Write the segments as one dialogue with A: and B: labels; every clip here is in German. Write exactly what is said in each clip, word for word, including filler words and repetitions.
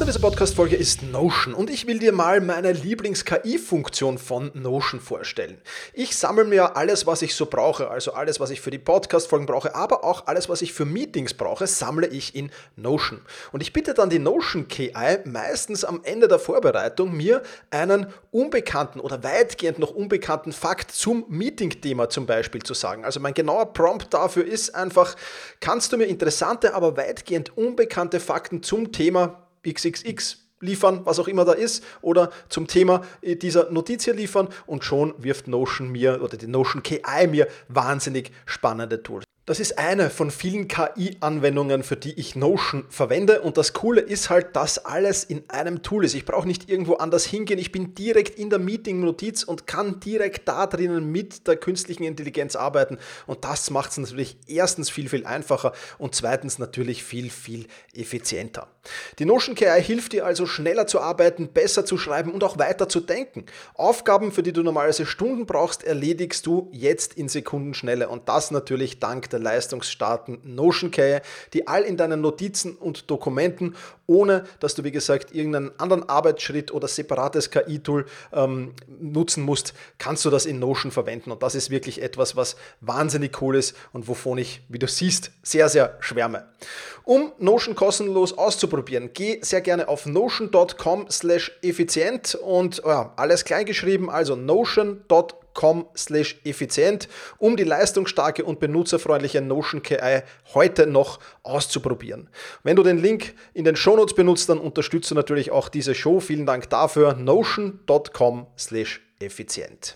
A: Partner dieser Podcast-Folge ist Notion und ich will dir mal meine Lieblings-K I-Funktion von Notion vorstellen. Ich sammle mir alles, was ich so brauche, also alles, was ich für die Podcast-Folgen brauche, aber auch alles, was ich für Meetings brauche, sammle ich in Notion. Und ich bitte dann die Notion K I meistens am Ende der Vorbereitung, mir einen unbekannten oder weitgehend noch unbekannten Fakt zum Meeting-Thema zum Beispiel zu sagen. Also mein genauer Prompt dafür ist einfach, kannst du mir interessante, aber weitgehend unbekannte Fakten zum Thema X X X liefern, was auch immer da ist, oder zum Thema dieser Notiz hier liefern, und schon wirft Notion mir oder die Notion K I mir wahnsinnig spannende Tools. Das ist eine von vielen K I-Anwendungen, für die ich Notion verwende, und das Coole ist halt, dass alles in einem Tool ist. Ich brauche nicht irgendwo anders hingehen, ich bin direkt in der Meeting-Notiz und kann direkt da drinnen mit der künstlichen Intelligenz arbeiten, und das macht es natürlich erstens viel, viel einfacher und zweitens natürlich viel, viel effizienter. Die Notion K I hilft dir also schneller zu arbeiten, besser zu schreiben und auch weiter zu denken. Aufgaben, für die du normalerweise Stunden brauchst, erledigst du jetzt in Sekundenschnelle, und das natürlich dank der leistungsstarken Notion K I, die all in deinen Notizen und Dokumenten, ohne dass du, wie gesagt, irgendeinen anderen Arbeitsschritt oder separates K I-Tool ähm, nutzen musst, kannst du das in Notion verwenden, und das ist wirklich etwas, was wahnsinnig cool ist und wovon ich, wie du siehst, sehr, sehr schwärme. Um Notion kostenlos auszuprobieren, geh sehr gerne auf notion punkt com slash effizient und ja, alles klein geschrieben, also notion punkt com slash effizient, um die leistungsstarke und benutzerfreundliche Notion K I heute noch auszuprobieren. Wenn du den Link in den Shownotes benutzt, dann unterstützt du natürlich auch diese Show. Vielen Dank dafür. notion punkt com slash effizient.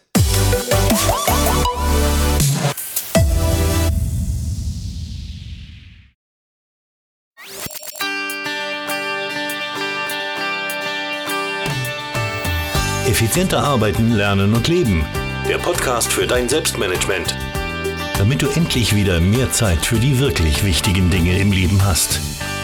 B: Effizienter arbeiten, lernen und leben. Der Podcast für dein Selbstmanagement. Damit du endlich wieder mehr Zeit für die wirklich wichtigen Dinge im Leben hast.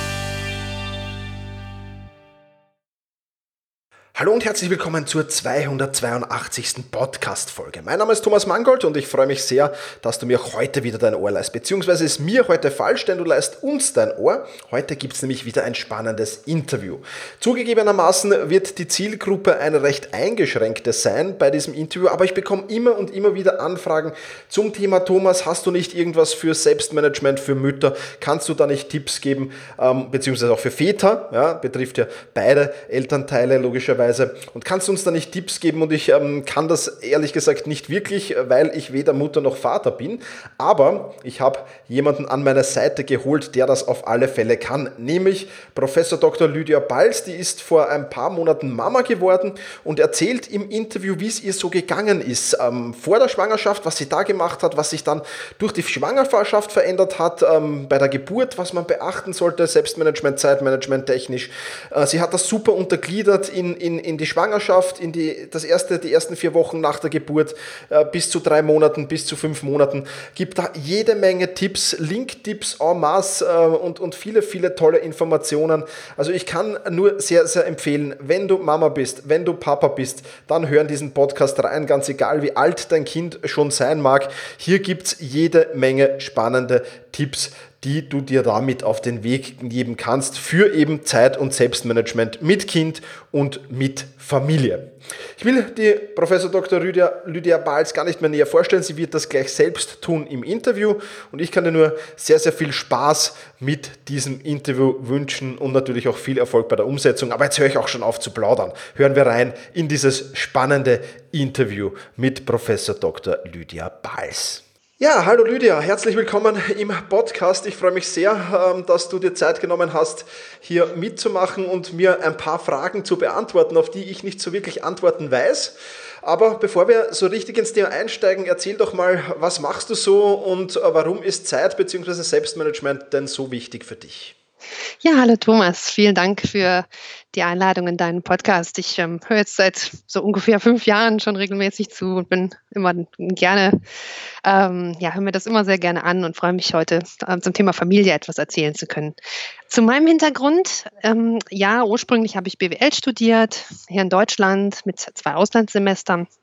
A: Hallo und herzlich willkommen zur zweihundertzweiundachtzigsten Podcast-Folge. Mein Name ist Thomas Mangold und ich freue mich sehr, dass du mir heute wieder dein Ohr leihst. Beziehungsweise ist mir heute falsch, denn du leihst uns dein Ohr. Heute gibt es nämlich wieder ein spannendes Interview. Zugegebenermaßen wird die Zielgruppe eine recht eingeschränkte sein bei diesem Interview, aber ich bekomme immer und immer wieder Anfragen zum Thema: Thomas, hast du nicht irgendwas für Selbstmanagement für Mütter? Kannst du da nicht Tipps geben? Ähm, beziehungsweise auch für Väter, ja, betrifft ja beide Elternteile logischerweise. Und kannst du uns da nicht Tipps geben? Und ich ähm, kann das ehrlich gesagt nicht wirklich, weil ich weder Mutter noch Vater bin. Aber ich habe jemanden an meine Seite geholt, der das auf alle Fälle kann. Nämlich Professor Doktor Lydia Balz. Die ist vor ein paar Monaten Mama geworden und erzählt im Interview, wie es ihr so gegangen ist. Ähm, vor der Schwangerschaft, was sie da gemacht hat, was sich dann durch die Schwangerschaft verändert hat, ähm, bei der Geburt, was man beachten sollte, Selbstmanagement, Zeitmanagement technisch. Äh, sie hat das super untergliedert in, in in die Schwangerschaft, in die, das erste, die ersten vier Wochen nach der Geburt, äh, bis zu drei Monaten, bis zu fünf Monaten, gibt da jede Menge Tipps, Link-Tipps en masse äh, und, und viele, viele tolle Informationen. Also ich kann nur sehr, sehr empfehlen, wenn du Mama bist, wenn du Papa bist, dann hören diesen Podcast rein, ganz egal wie alt dein Kind schon sein mag. Hier gibt es jede Menge spannende Tipps, die du dir damit auf den Weg geben kannst für eben Zeit- und Selbstmanagement mit Kind und mit Familie. Ich will die Professor Doktor Lydia, Lydia Balz gar nicht mehr näher vorstellen. Sie wird das gleich selbst tun im Interview, und ich kann dir nur sehr, sehr viel Spaß mit diesem Interview wünschen und natürlich auch viel Erfolg bei der Umsetzung. Aber jetzt höre ich auch schon auf zu plaudern. Hören wir rein in dieses spannende Interview mit Professor Doktor Lydia Balz. Ja, hallo Lydia, herzlich willkommen im Podcast. Ich freue mich sehr, dass du dir Zeit genommen hast, hier mitzumachen und mir ein paar Fragen zu beantworten, auf die ich nicht so wirklich Antworten weiß. Aber bevor wir so richtig ins Thema einsteigen, erzähl doch mal, was machst du so und warum ist Zeit bzw. Selbstmanagement denn so wichtig für dich?
C: Ja, hallo Thomas, vielen Dank für die Einladung in deinen Podcast. Ich ähm, höre jetzt seit so ungefähr fünf Jahren schon regelmäßig zu und bin immer gerne, ähm, ja, höre mir das immer sehr gerne an und freue mich heute ähm, zum Thema Familie etwas erzählen zu können. Zu meinem Hintergrund, ähm, ja, ursprünglich habe ich B W L studiert, hier in Deutschland mit zwei Auslandssemestern.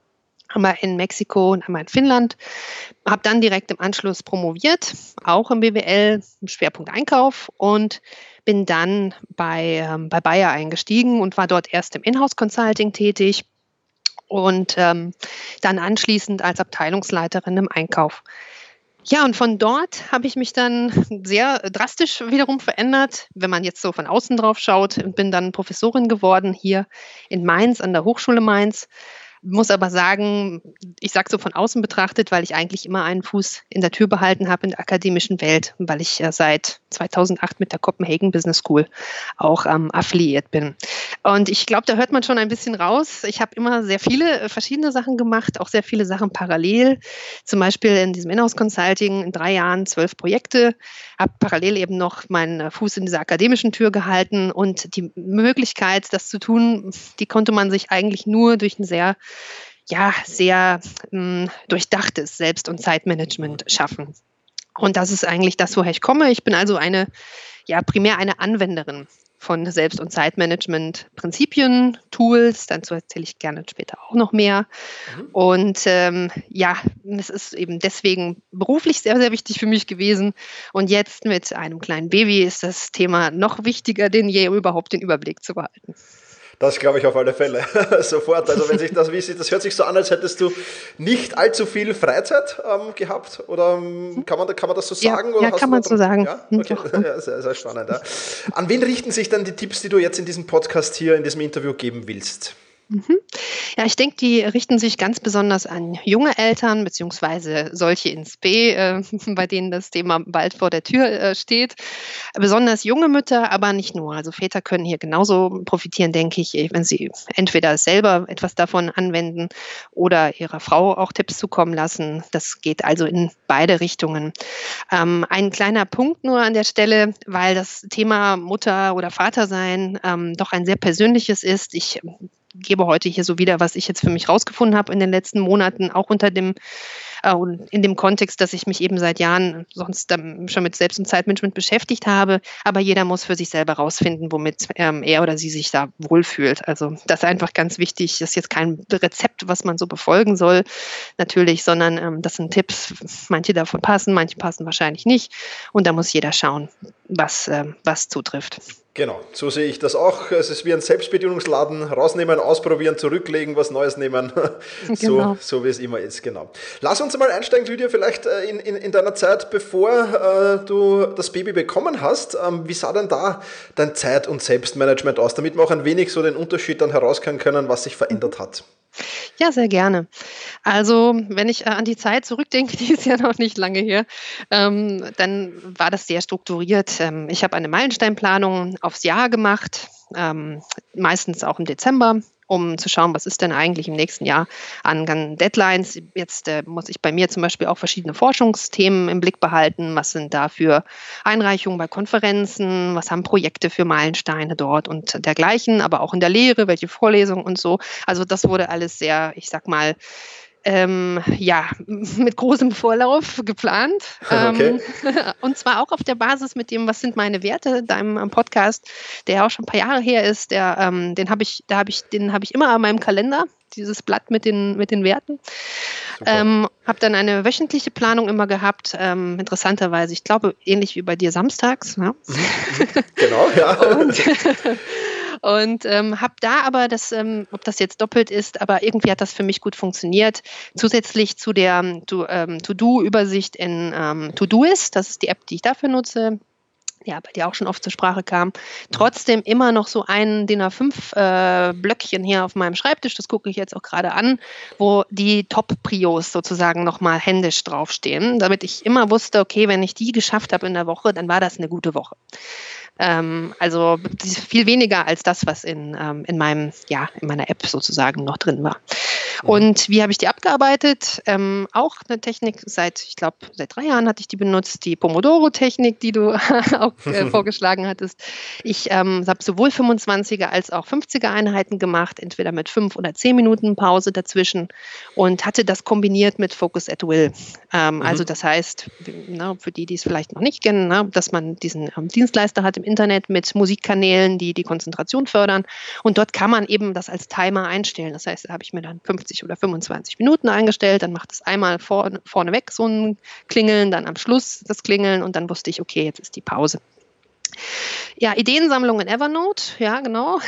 C: einmal in Mexiko und einmal in Finnland. Habe dann direkt im Anschluss promoviert, auch im B W L, im Schwerpunkt Einkauf, und bin dann bei, ähm, bei Bayer eingestiegen und war dort erst im Inhouse-Consulting tätig und ähm, dann anschließend als Abteilungsleiterin im Einkauf. Ja, und von dort habe ich mich dann sehr drastisch wiederum verändert, wenn man jetzt so von außen drauf schaut, und bin dann Professorin geworden hier in Mainz, an der Hochschule Mainz. Muss aber sagen, ich sage so von außen betrachtet, weil ich eigentlich immer einen Fuß in der Tür behalten habe in der akademischen Welt, weil ich äh, seit zweitausendacht mit der Copenhagen Business School auch ähm, affiliiert bin. Und ich glaube, da hört man schon ein bisschen raus. Ich habe immer sehr viele äh, verschiedene Sachen gemacht, auch sehr viele Sachen parallel. Zum Beispiel in diesem Inhouse Consulting in drei Jahren zwölf Projekte, habe parallel eben noch meinen Fuß in dieser akademischen Tür gehalten, und die Möglichkeit, das zu tun, die konnte man sich eigentlich nur durch ein sehr ja, sehr mh, durchdachtes Selbst- und Zeitmanagement schaffen. Und das ist eigentlich das, woher ich komme. Ich bin also eine, ja, primär eine Anwenderin von Selbst- und Zeitmanagement-Prinzipien, Tools. Dazu erzähle ich gerne später auch noch mehr. Mhm. Und ähm, ja, es ist eben deswegen beruflich sehr, sehr wichtig für mich gewesen. Und jetzt mit einem kleinen Baby ist das Thema noch wichtiger denn je, um überhaupt den Überblick zu behalten.
A: Das glaube ich auf alle Fälle. Sofort. Also wenn sich das, wie sich, das hört sich so an, als hättest du nicht allzu viel Freizeit ähm, gehabt. Oder kann man, kann man das so sagen?
C: Ja,
A: oder
C: ja
A: hast
C: kann
A: du
C: man so sagen.
A: Ja? Okay. Ja, sehr, sehr spannend. Ja. An wen richten sich dann die Tipps, die du jetzt in diesem Podcast hier, in diesem Interview geben willst?
C: Mhm. Ja, ich denke, die richten sich ganz besonders an junge Eltern beziehungsweise solche ins B, äh, bei denen das Thema bald vor der Tür äh, steht. Besonders junge Mütter, aber nicht nur. Also Väter können hier genauso profitieren, denke ich, wenn sie entweder selber etwas davon anwenden oder ihrer Frau auch Tipps zukommen lassen. Das geht also in beide Richtungen. Ähm, ein kleiner Punkt nur an der Stelle, weil das Thema Mutter oder Vater sein ähm, doch ein sehr persönliches ist. Ich gebe heute hier so wieder, was ich jetzt für mich rausgefunden habe in den letzten Monaten, auch unter dem äh, in dem Kontext, dass ich mich eben seit Jahren sonst ähm, schon mit Selbst- und Zeitmanagement beschäftigt habe. Aber jeder muss für sich selber rausfinden, womit ähm, er oder sie sich da wohlfühlt. Also das ist einfach ganz wichtig. Das ist jetzt kein Rezept, was man so befolgen soll, natürlich, sondern ähm, das sind Tipps. Manche davon passen, manche passen wahrscheinlich nicht. Und da muss jeder schauen, was, äh, was zutrifft.
A: Genau, so sehe ich das auch. Es ist wie ein Selbstbedienungsladen, rausnehmen, ausprobieren, zurücklegen, was Neues nehmen, so, genau. so wie es immer ist, genau. Lass uns mal einsteigen, Lydia, vielleicht in, in, in deiner Zeit, bevor äh, du das Baby bekommen hast. Ähm, wie sah denn da dein Zeit- und Selbstmanagement aus, damit wir auch ein wenig so den Unterschied dann herauskriegen können, was sich verändert hat?
C: Ja, sehr gerne. Also wenn ich äh, an die Zeit zurückdenke, die ist ja noch nicht lange her, ähm, dann war das sehr strukturiert. Ähm, ich habe eine Meilensteinplanung aufs Jahr gemacht, ähm, meistens auch im Dezember, um zu schauen, was ist denn eigentlich im nächsten Jahr an Deadlines. Jetzt äh, muss ich bei mir zum Beispiel auch verschiedene Forschungsthemen im Blick behalten. Was sind da für Einreichungen bei Konferenzen? Was haben Projekte für Meilensteine dort und dergleichen? Aber auch in der Lehre, welche Vorlesungen und so. Also das wurde alles sehr, ich sag mal, Ähm, ja, mit großem Vorlauf geplant. Okay. Ähm, und zwar auch auf der Basis mit dem, was sind meine Werte, deinem Podcast, der auch schon ein paar Jahre her ist, der, ähm, den habe ich, da habe ich, den habe ich immer an meinem Kalender, dieses Blatt mit den, mit den Werten. Ähm, habe dann eine wöchentliche Planung immer gehabt, ähm, interessanterweise, ich glaube, ähnlich wie bei dir samstags. Ja?
A: Genau, ja.
C: Und, Und ähm, habe da aber, das, ähm, ob das jetzt doppelt ist, aber irgendwie hat das für mich gut funktioniert. Zusätzlich zu der to, ähm, To-Do-Übersicht in ähm, Todoist, das ist die App, die ich dafür nutze, ja, bei dir auch schon oft zur Sprache kam, trotzdem immer noch so ein D I N A fünf äh, Blöckchen hier auf meinem Schreibtisch, das gucke ich jetzt auch gerade an, wo die Top-Prios sozusagen nochmal händisch draufstehen, damit ich immer wusste, okay, wenn ich die geschafft habe in der Woche, dann war das eine gute Woche. Ähm, also viel weniger als das, was in, ähm, in meinem, ja, in meiner App sozusagen noch drin war. Und wie habe ich die abgearbeitet? Ähm, auch eine Technik, seit, ich glaube, seit drei Jahren hatte ich die benutzt, die Pomodoro-Technik, die du auch äh, vorgeschlagen hattest. Ich ähm, habe sowohl fünfundzwanziger als auch fünfziger Einheiten gemacht, entweder mit fünf oder zehn Minuten Pause dazwischen und hatte das kombiniert mit Focus at Will. Ähm, mhm. Also das heißt, na, für die, die es vielleicht noch nicht kennen, na, dass man diesen ähm, Dienstleister hat im Internet mit Musikkanälen, die die Konzentration fördern. Und dort kann man eben das als Timer einstellen. Das heißt, da habe ich mir dann fünfzig oder fünfundzwanzig Minuten eingestellt, dann macht es einmal vor, vorneweg so ein Klingeln, dann am Schluss das Klingeln und dann wusste ich, okay, jetzt ist die Pause. Ja, Ideensammlung in Evernote, ja, genau.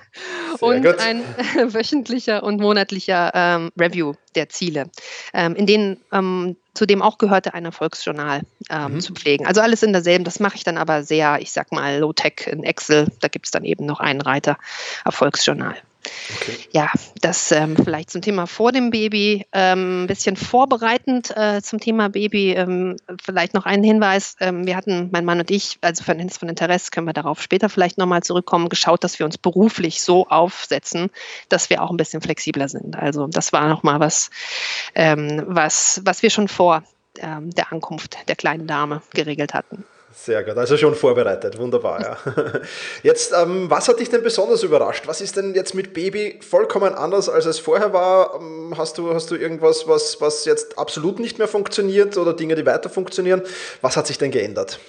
C: Und
A: gut.
C: ein äh, wöchentlicher und monatlicher ähm, Review der Ziele, ähm, in denen ähm, zudem auch gehörte, ein Erfolgsjournal ähm, mhm. zu pflegen. Also alles in derselben, das mache ich dann aber sehr, ich sag mal, Low-Tech in Excel. Da gibt es dann eben noch einen Reiter Erfolgsjournal. Okay. Ja, das ähm, vielleicht zum Thema vor dem Baby, ähm, ein bisschen vorbereitend äh, zum Thema Baby, ähm, vielleicht noch einen Hinweis, ähm, wir hatten, mein Mann und ich, also von, von Interesse können wir darauf später vielleicht nochmal zurückkommen, geschaut, dass wir uns beruflich so aufsetzen, dass wir auch ein bisschen flexibler sind. Also das war nochmal was, ähm, was, was wir schon vor ähm, der Ankunft der kleinen Dame geregelt hatten.
A: Sehr gut, also schon vorbereitet, wunderbar. Ja. Jetzt, ähm, was hat dich denn besonders überrascht? Was ist denn jetzt mit Baby vollkommen anders, als es vorher war? Hast du, hast du irgendwas, was, was jetzt absolut nicht mehr funktioniert oder Dinge, die weiter funktionieren? Was hat sich denn geändert?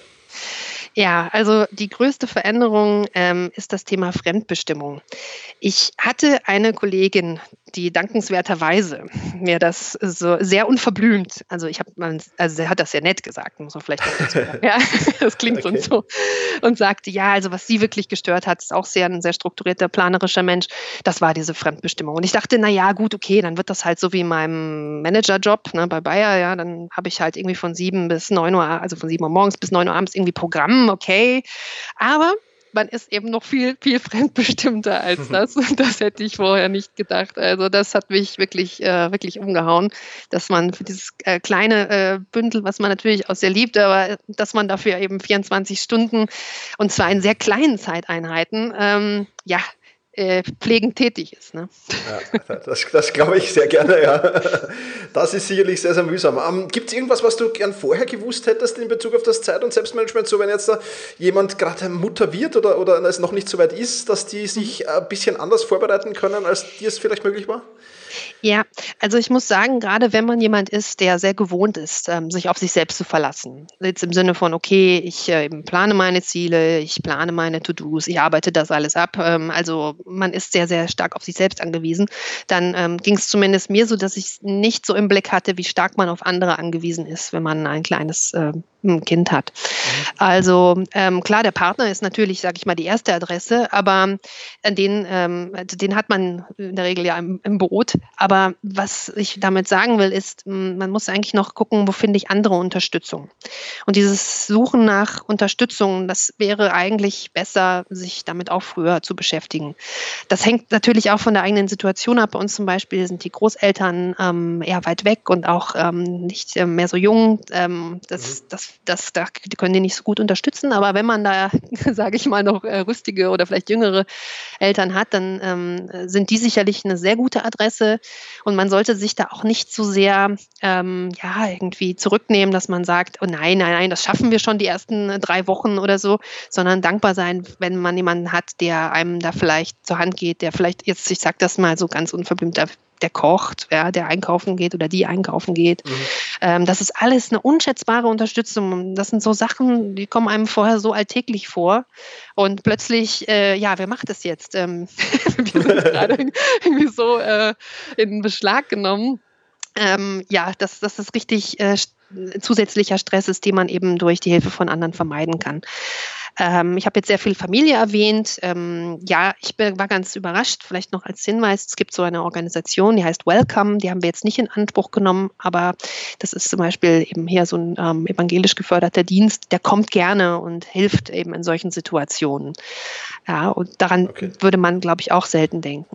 C: Ja, also die größte Veränderung ähm, ist das Thema Fremdbestimmung. Ich hatte eine Kollegin, die dankenswerterweise mir das so sehr unverblümt, also ich habe, also sie hat das sehr nett gesagt, muss man vielleicht auch dazu sagen. Ja, das klingt okay. so, und sagte, ja, also was sie wirklich gestört hat, ist auch sehr ein sehr strukturierter, planerischer Mensch, das war diese Fremdbestimmung. Und ich dachte, na ja, gut, okay, dann wird das halt so wie in meinem Managerjob, ne, bei Bayer, ja, dann habe ich halt irgendwie von sieben bis neun Uhr, also von sieben Uhr morgens bis neun Uhr abends irgendwie Programm, okay, aber man ist eben noch viel, viel fremdbestimmter als das. Und das hätte ich vorher nicht gedacht. Also das hat mich wirklich, äh, wirklich umgehauen, dass man für dieses äh, kleine äh, Bündel, was man natürlich auch sehr liebt, aber dass man dafür eben vierundzwanzig Stunden und zwar in sehr kleinen Zeiteinheiten, ähm, ja, äh, pflegend tätig ist. Ne?
A: Ja, das, das glaube ich sehr gerne, ja. Das ist sicherlich sehr, sehr mühsam. Ähm, gibt es irgendwas, was du gern vorher gewusst hättest in Bezug auf das Zeit- und Selbstmanagement? So, wenn jetzt da jemand gerade Mutter wird oder, oder es noch nicht so weit ist, dass die sich ein bisschen anders vorbereiten können, als dir es vielleicht möglich war?
C: Ja, also ich muss sagen, gerade wenn man jemand ist, der sehr gewohnt ist, ähm, sich auf sich selbst zu verlassen, jetzt im Sinne von, okay, ich äh, plane meine Ziele, ich plane meine To-Dos, ich arbeite das alles ab, ähm, also man ist sehr, sehr stark auf sich selbst angewiesen, dann ähm, ging es zumindest mir so, dass ich nicht so im Blick hatte, wie stark man auf andere angewiesen ist, wenn man ein kleines äh, Kind hat. Mhm. Also ähm, klar, der Partner ist natürlich, sage ich mal, die erste Adresse, aber äh, den, ähm, den hat man in der Regel ja im, im Boot. Aber was ich damit sagen will, ist, man muss eigentlich noch gucken, wo finde ich andere Unterstützung. Und dieses Suchen nach Unterstützung, das wäre eigentlich besser, sich damit auch früher zu beschäftigen. Das hängt natürlich auch von der eigenen Situation ab. Bei uns zum Beispiel sind die Großeltern ähm, eher weit weg und auch ähm, nicht äh, mehr so jung. Ähm, das, das, das, da können die nicht so gut unterstützen. Aber wenn man da, sage ich mal, noch äh, rüstige oder vielleicht jüngere Eltern hat, dann ähm, sind die sicherlich eine sehr gute Adresse. Und man sollte sich da auch nicht so sehr ähm, ja, irgendwie zurücknehmen, dass man sagt, oh nein, nein, nein, das schaffen wir schon die ersten drei Wochen oder so, sondern dankbar sein, wenn man jemanden hat, der einem da vielleicht zur Hand geht, der vielleicht jetzt, ich sag das mal so ganz unverblümt, der, der kocht, ja, der einkaufen geht oder die einkaufen geht. Mhm. Ähm, das ist alles eine unschätzbare Unterstützung. Das sind so Sachen, die kommen einem vorher so alltäglich vor. Und plötzlich, äh, ja, wer macht das jetzt? Ähm, wir sind gerade irgendwie so äh, in Beschlag genommen. Ähm, ja, dass das ist richtig äh, zusätzlicher Stress ist, den man eben durch die Hilfe von anderen vermeiden kann. Ähm, ich habe jetzt sehr viel Familie erwähnt. Ähm, ja, ich bin, war ganz überrascht, vielleicht noch als Hinweis, es gibt so eine Organisation, die heißt Welcome, die haben wir jetzt nicht in Anspruch genommen, aber das ist zum Beispiel eben hier so ein ähm, evangelisch geförderter Dienst, der kommt gerne und hilft eben in solchen Situationen. Ja, und daran okay. würde man, glaube ich, auch selten denken.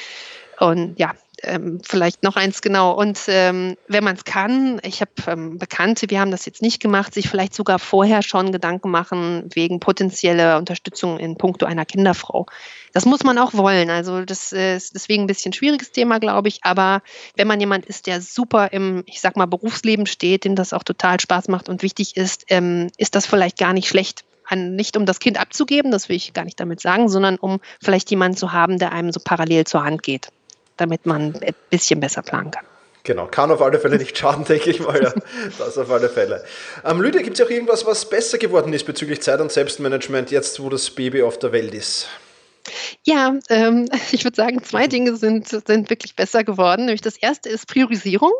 C: Und ja, ähm, vielleicht noch eins genau. Und ähm, wenn man es kann, ich habe ähm, Bekannte, wir haben das jetzt nicht gemacht, sich vielleicht sogar vorher schon Gedanken machen wegen potenzieller Unterstützung in puncto einer Kinderfrau. Das muss man auch wollen. Also das ist deswegen ein bisschen ein schwieriges Thema, glaube ich. Aber wenn man jemand ist, der super im, ich sag mal, Berufsleben steht, dem das auch total Spaß macht und wichtig ist, ähm, ist das vielleicht gar nicht schlecht. Nicht um das Kind abzugeben, das will ich gar nicht damit sagen, sondern um vielleicht jemanden zu haben, der einem so parallel zur Hand geht, damit man ein bisschen besser planen kann.
A: Genau, kann auf alle Fälle nicht schaden, denke ich mal. Ja, das auf alle Fälle. Ähm, Lydia, gibt es auch irgendwas, was besser geworden ist bezüglich Zeit- und Selbstmanagement, jetzt wo das Baby auf der Welt ist?
C: Ja, ähm, ich würde sagen, zwei Dinge sind, sind wirklich besser geworden. Nämlich das erste ist Priorisierung.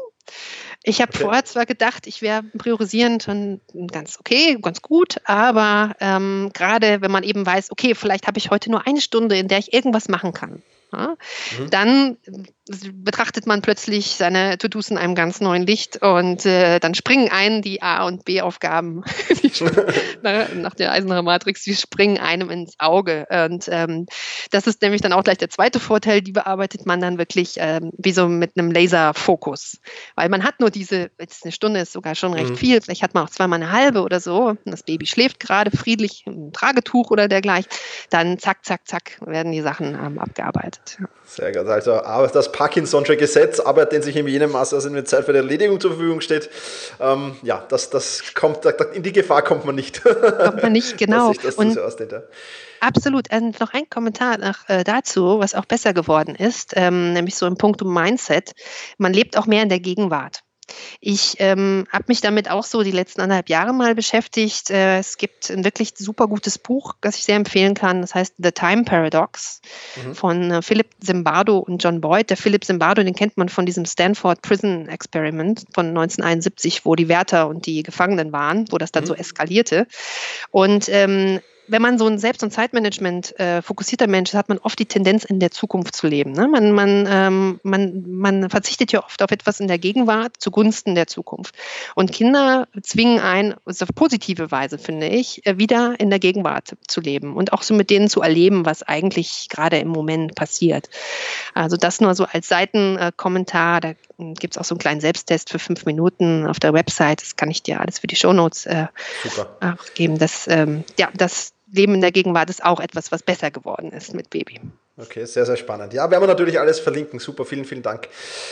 C: Ich habe
A: Okay.
C: vorher zwar gedacht, ich wäre priorisierend schon ganz okay, ganz gut, aber ähm, gerade wenn man eben weiß, okay, vielleicht habe ich heute nur eine Stunde, in der ich irgendwas machen kann. Ja,
A: Mhm.
C: dann betrachtet man plötzlich seine To-Dos in einem ganz neuen Licht und äh, dann springen ein die A- und B-Aufgaben die nach, nach der Eisenacher Matrix, die springen einem ins Auge. Und ähm, das ist nämlich dann auch gleich der zweite Vorteil, die bearbeitet man dann wirklich ähm, wie so mit einem Laserfokus. Weil man hat nur diese, jetzt eine Stunde ist sogar schon recht
A: Mhm.
C: viel, vielleicht hat man auch zweimal eine halbe oder so, das Baby schläft gerade friedlich im Tragetuch oder dergleichen, dann zack, zack, zack werden die Sachen ähm, abgearbeitet.
A: Sehr gut. Also aber das Parkinson'sche Gesetz, Arbeit, den sich in jenem Maße, also eine Zeit für die Erledigung zur Verfügung steht, ähm, ja, das, das kommt, da, in die Gefahr kommt man nicht.
C: Kommt man nicht, genau.
A: Dass sich das
C: Und
A: so ausdehnt, ja.
C: absolut. Und noch ein Kommentar nach, äh, dazu, was auch besser geworden ist, ähm, nämlich so im Punkt um Mindset. Man lebt auch mehr in der Gegenwart. Ich ähm, habe mich damit auch so die letzten anderthalb Jahre mal beschäftigt. Äh, es gibt ein wirklich super gutes Buch, das ich sehr empfehlen kann. Das heißt The Time Paradox
A: Mhm.
C: von äh, Philip Zimbardo und John Boyd. Der Philip Zimbardo, den kennt man von diesem Stanford Prison Experiment von neunzehnhunderteinundsiebzig, wo die Wärter und die Gefangenen waren, wo das dann
A: Mhm.
C: so eskalierte. Und ähm, wenn man so ein Selbst- und Zeitmanagement äh, fokussierter Mensch ist, hat man oft die Tendenz, in der Zukunft zu leben. Ne? Man, man, ähm, man, man verzichtet ja oft auf etwas in der Gegenwart zugunsten der Zukunft. Und Kinder zwingen einen, also auf positive Weise, finde ich, äh, wieder in der Gegenwart zu leben und auch so mit denen zu erleben, was eigentlich gerade im Moment passiert. Also das nur so als Seitenkommentar. Da gibt es auch so einen kleinen Selbsttest für fünf Minuten auf der Website. Das kann ich dir alles für die Shownotes äh,
A: Super.
C: auch geben. Das, ähm, ja, das Leben in der Gegenwart ist auch etwas, was besser geworden ist mit Baby.
A: Okay, sehr, sehr spannend. Ja, werden wir natürlich alles verlinken. Super, vielen, vielen Dank.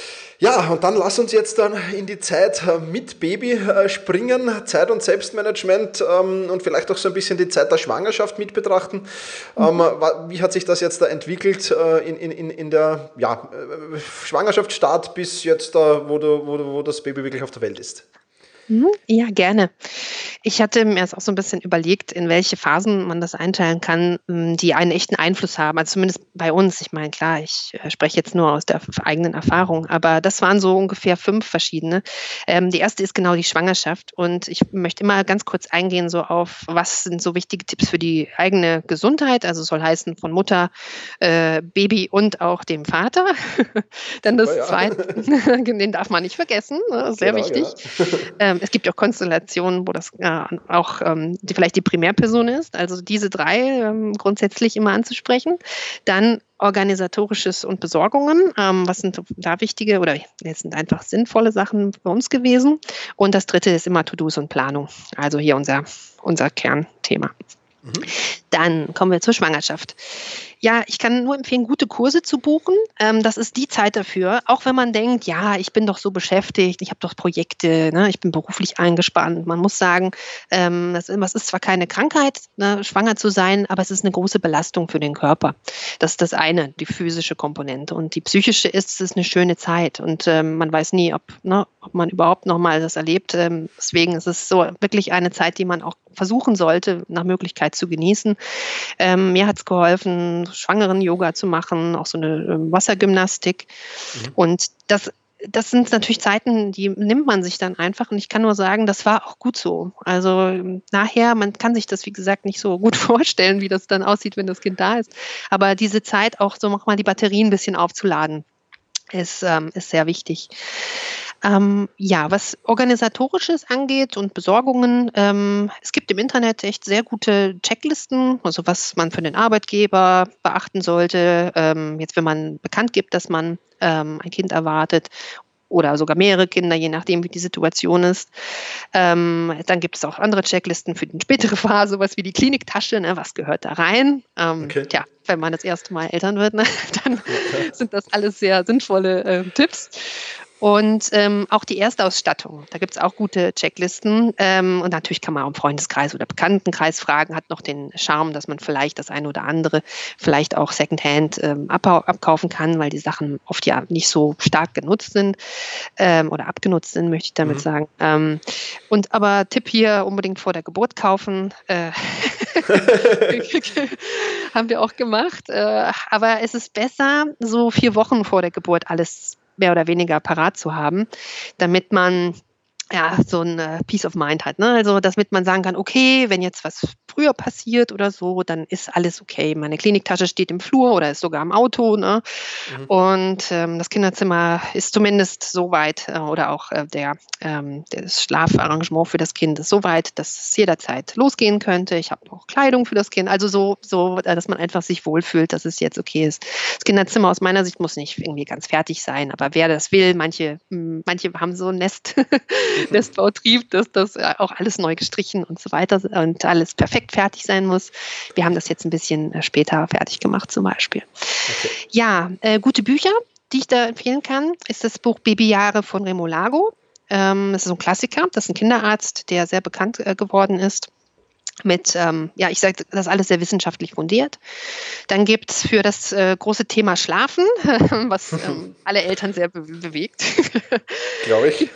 A: Ja, und dann lass uns jetzt dann in die Zeit mit Baby springen, Zeit- und Selbstmanagement ähm, und vielleicht auch so ein bisschen die Zeit der Schwangerschaft mit betrachten. Mhm. Ähm, wie hat sich das jetzt da entwickelt äh, in, in, in der ja, Schwangerschaftsstart bis jetzt, da, wo, du, wo, du, wo das Baby wirklich auf der Welt ist?
C: Ja, gerne. Ich hatte mir jetzt auch so ein bisschen überlegt, in welche Phasen man das einteilen kann, die einen echten Einfluss haben. Also zumindest bei uns. Ich meine, klar, ich äh, spreche jetzt nur aus der eigenen Erfahrung, aber das waren so ungefähr fünf verschiedene. Ähm, die erste ist genau die Schwangerschaft und ich möchte immer ganz kurz eingehen so auf, was sind so wichtige Tipps für die eigene Gesundheit. Also soll heißen von Mutter, äh, Baby und auch dem Vater. Dann das
A: Super, ja.
C: zweite, den darf man nicht vergessen, ne? Sehr
A: Genau,
C: wichtig.
A: Ja.
C: Ähm, es gibt auch Konstellationen, wo das äh, auch ähm, die, vielleicht die Primärperson ist. Also diese drei ähm, grundsätzlich immer anzusprechen. Dann organisatorisches und Besorgungen. Ähm, was sind da wichtige oder jetzt sind einfach sinnvolle Sachen für uns gewesen. Und das dritte ist immer To-Dos und Planung. Also hier unser, unser Kernthema. Mhm. Dann kommen wir zur Schwangerschaft. Ja, ich kann nur empfehlen, gute Kurse zu buchen. Ähm, das ist die Zeit dafür. Auch wenn man denkt, ja, ich bin doch so beschäftigt, ich habe doch Projekte, ne, ich bin beruflich eingespannt. Man muss sagen, ähm, das, das ist zwar keine Krankheit, ne, schwanger zu sein, aber es ist eine große Belastung für den Körper. Das ist das eine, die physische Komponente. Und die psychische ist, es ist eine schöne Zeit. Und ähm, man weiß nie, ob, ne, ob man überhaupt noch mal das erlebt. Ähm, deswegen ist es so wirklich eine Zeit, die man auch versuchen sollte, nach Möglichkeit zu genießen. Ähm, mir hat es geholfen, Schwangeren-Yoga zu machen, auch so eine ähm, Wassergymnastik. Mhm. Und das, das sind natürlich Zeiten, die nimmt man sich dann einfach. Und ich kann nur sagen, das war auch gut so. Also nachher, man kann sich das, wie gesagt, nicht so gut vorstellen, wie das dann aussieht, wenn das Kind da ist. Aber diese Zeit auch so nochmal die Batterien ein bisschen aufzuladen, ist, ähm, ist sehr wichtig. Ähm, ja, was Organisatorisches angeht und Besorgungen, ähm, es gibt im Internet echt sehr gute Checklisten, also was man für den Arbeitgeber beachten sollte, ähm, jetzt wenn man bekannt gibt, dass man ähm, ein Kind erwartet oder sogar mehrere Kinder, je nachdem, wie die Situation ist. Ähm, dann gibt es auch andere Checklisten für die spätere Phase, was wie die Kliniktasche, ne, was gehört da rein? Ähm, okay. Tja, wenn man das erste Mal Eltern wird, ne, dann okay. sind das alles sehr sinnvolle äh, Tipps. Und ähm, auch die Erstausstattung, da gibt es auch gute Checklisten. Ähm, und natürlich kann man auch im Freundeskreis oder Bekanntenkreis fragen, hat noch den Charme, dass man vielleicht das eine oder andere vielleicht auch Secondhand ähm, abhau- abkaufen kann, weil die Sachen oft ja nicht so stark genutzt sind ähm, oder abgenutzt sind, möchte ich damit mhm. sagen. Ähm, und aber Tipp hier, unbedingt vor der Geburt kaufen. Äh, haben wir auch gemacht. Äh, aber es ist besser, so vier Wochen vor der Geburt alles mehr oder weniger parat zu haben, damit man ja so ein äh, Peace of Mind hat. Ne? Also, damit man sagen kann, okay, wenn jetzt was früher passiert oder so, dann ist alles okay. Meine Kliniktasche steht im Flur oder ist sogar im Auto. Ne? Mhm. Und ähm, das Kinderzimmer ist zumindest so weit äh, oder auch äh, der, ähm, das Schlafarrangement für das Kind ist so weit, dass es jederzeit losgehen könnte. Ich habe auch Kleidung für das Kind. Also so, so, dass man einfach sich wohlfühlt, dass es jetzt okay ist. Das Kinderzimmer aus meiner Sicht muss nicht irgendwie ganz fertig sein, aber wer das will, manche, mh, manche haben so ein Nest Nestbautrieb, dass das auch alles neu gestrichen und so weiter und alles perfekt fertig sein muss. Wir haben das jetzt ein bisschen später fertig gemacht zum Beispiel. Okay. Ja, äh, gute Bücher, die ich da empfehlen kann, ist das Buch Babyjahre von Remo Lago. Ähm, das ist so ein Klassiker, das ist ein Kinderarzt, der sehr bekannt äh, geworden ist. Mit, ähm, ja, ich sage, das ist alles sehr wissenschaftlich fundiert. Dann gibt es für das äh, große Thema Schlafen, was ähm, alle Eltern sehr be- bewegt.
A: Glaube ich.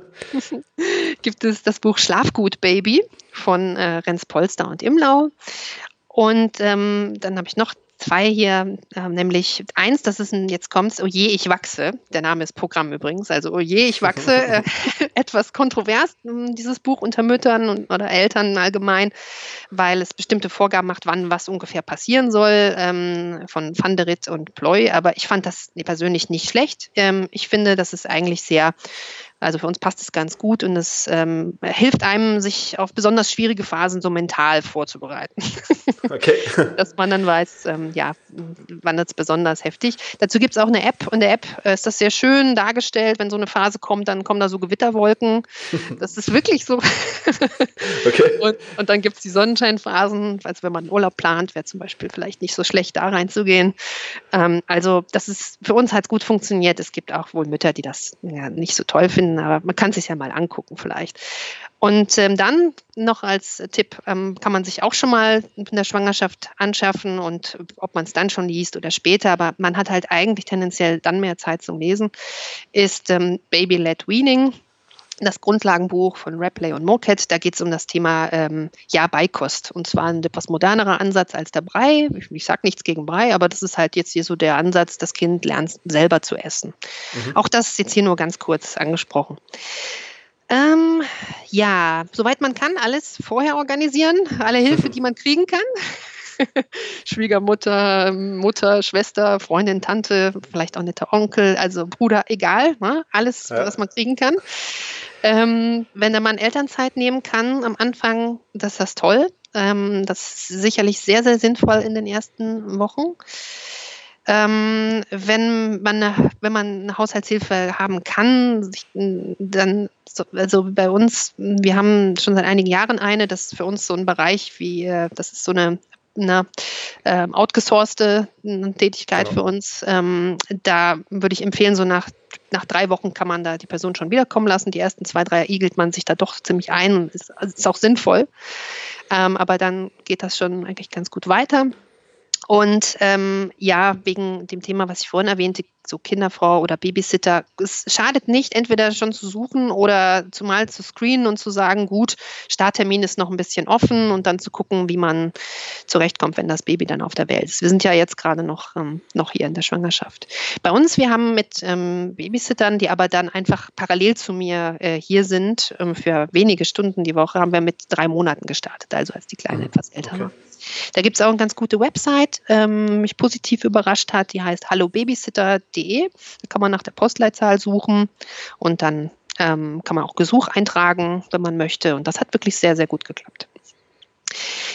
C: Gibt es das Buch Schlafgut Baby von äh, Renz Polster und Imlau. Und ähm, dann habe ich noch zwei hier, äh, nämlich eins, das ist ein, jetzt kommt's, Oh je, ich wachse. Der Name ist Programm übrigens, also Oh je, ich wachse. äh, etwas kontrovers, dieses Buch unter Müttern und, oder Eltern allgemein, weil es bestimmte Vorgaben macht, wann was ungefähr passieren soll, ähm, von Van der Ritt und Ploy. Aber ich fand das persönlich nicht schlecht. Ähm, ich finde, das ist eigentlich sehr, also für uns passt es ganz gut und es ähm, hilft einem, sich auf besonders schwierige Phasen so mental vorzubereiten. Okay. Dass man dann weiß, ähm, ja, wann ist es besonders heftig. Dazu gibt es auch eine App und in der App äh, ist das sehr schön dargestellt. Wenn so eine Phase kommt, dann kommen da so Gewitterwolken. Das ist wirklich so. Okay. Und, und dann gibt es die Sonnenscheinphasen. Also wenn man einen Urlaub plant, wäre zum Beispiel vielleicht nicht so schlecht, da reinzugehen. Ähm, also das ist, für uns hat es gut funktioniert. Es gibt auch wohl Mütter, die das ja, nicht so toll finden, aber man kann es sich ja mal angucken vielleicht. Und ähm, dann noch als Tipp, ähm, kann man sich auch schon mal in der Schwangerschaft anschaffen und ob man es dann schon liest oder später, aber man hat halt eigentlich tendenziell dann mehr Zeit zum Lesen, ist ähm, Baby-led Weaning. Das Grundlagenbuch von Rapley und Moorhead, da geht es um das Thema ähm, ja, Beikost. Und zwar ein etwas modernerer Ansatz als der Brei. Ich, ich sage nichts gegen Brei, aber das ist halt jetzt hier so der Ansatz, das Kind lernt selber zu essen. Mhm. Auch das ist jetzt hier nur ganz kurz angesprochen. Ähm, ja, soweit man kann, alles vorher organisieren, alle Hilfe, die man kriegen kann. Schwiegermutter, Mutter, Schwester, Freundin, Tante, vielleicht auch netter Onkel, also Bruder, egal, ne? Alles, ja. Was man kriegen kann. Ähm, wenn der Mann Elternzeit nehmen kann am Anfang, das ist das toll. Ähm, das ist sicherlich sehr, sehr sinnvoll in den ersten Wochen. Ähm, wenn man, wenn man eine Haushaltshilfe haben kann, dann, so, also bei uns, wir haben schon seit einigen Jahren eine, das ist für uns so ein Bereich wie, das ist so eine eine ähm, outgesourcete Tätigkeit genau. für uns. Ähm, da würde ich empfehlen, so nach, nach drei Wochen kann man da die Person schon wiederkommen lassen. Die ersten zwei, drei igelt man sich da doch ziemlich ein und ist, ist auch sinnvoll. Ähm, aber dann geht das schon eigentlich ganz gut weiter. Und ähm, ja, wegen dem Thema, was ich vorhin erwähnte, so Kinderfrau oder Babysitter, es schadet nicht, entweder schon zu suchen oder zumal zu screenen und zu sagen, gut, Starttermin ist noch ein bisschen offen und dann zu gucken, wie man zurechtkommt, wenn das Baby dann auf der Welt ist. Wir sind ja jetzt gerade noch, ähm, noch hier in der Schwangerschaft. Bei uns, wir haben mit ähm, Babysittern, die aber dann einfach parallel zu mir äh, hier sind, ähm, für wenige Stunden die Woche, haben wir mit drei Monaten gestartet, also als die Kleine mhm. etwas älter okay. war. Da gibt es auch eine ganz gute Website, ähm, mich positiv überrascht hat, die heißt hallo babysitter punkt de. Da kann man nach der Postleitzahl suchen und dann ähm, kann man auch Gesuch eintragen, wenn man möchte. Und das hat wirklich sehr, sehr gut geklappt.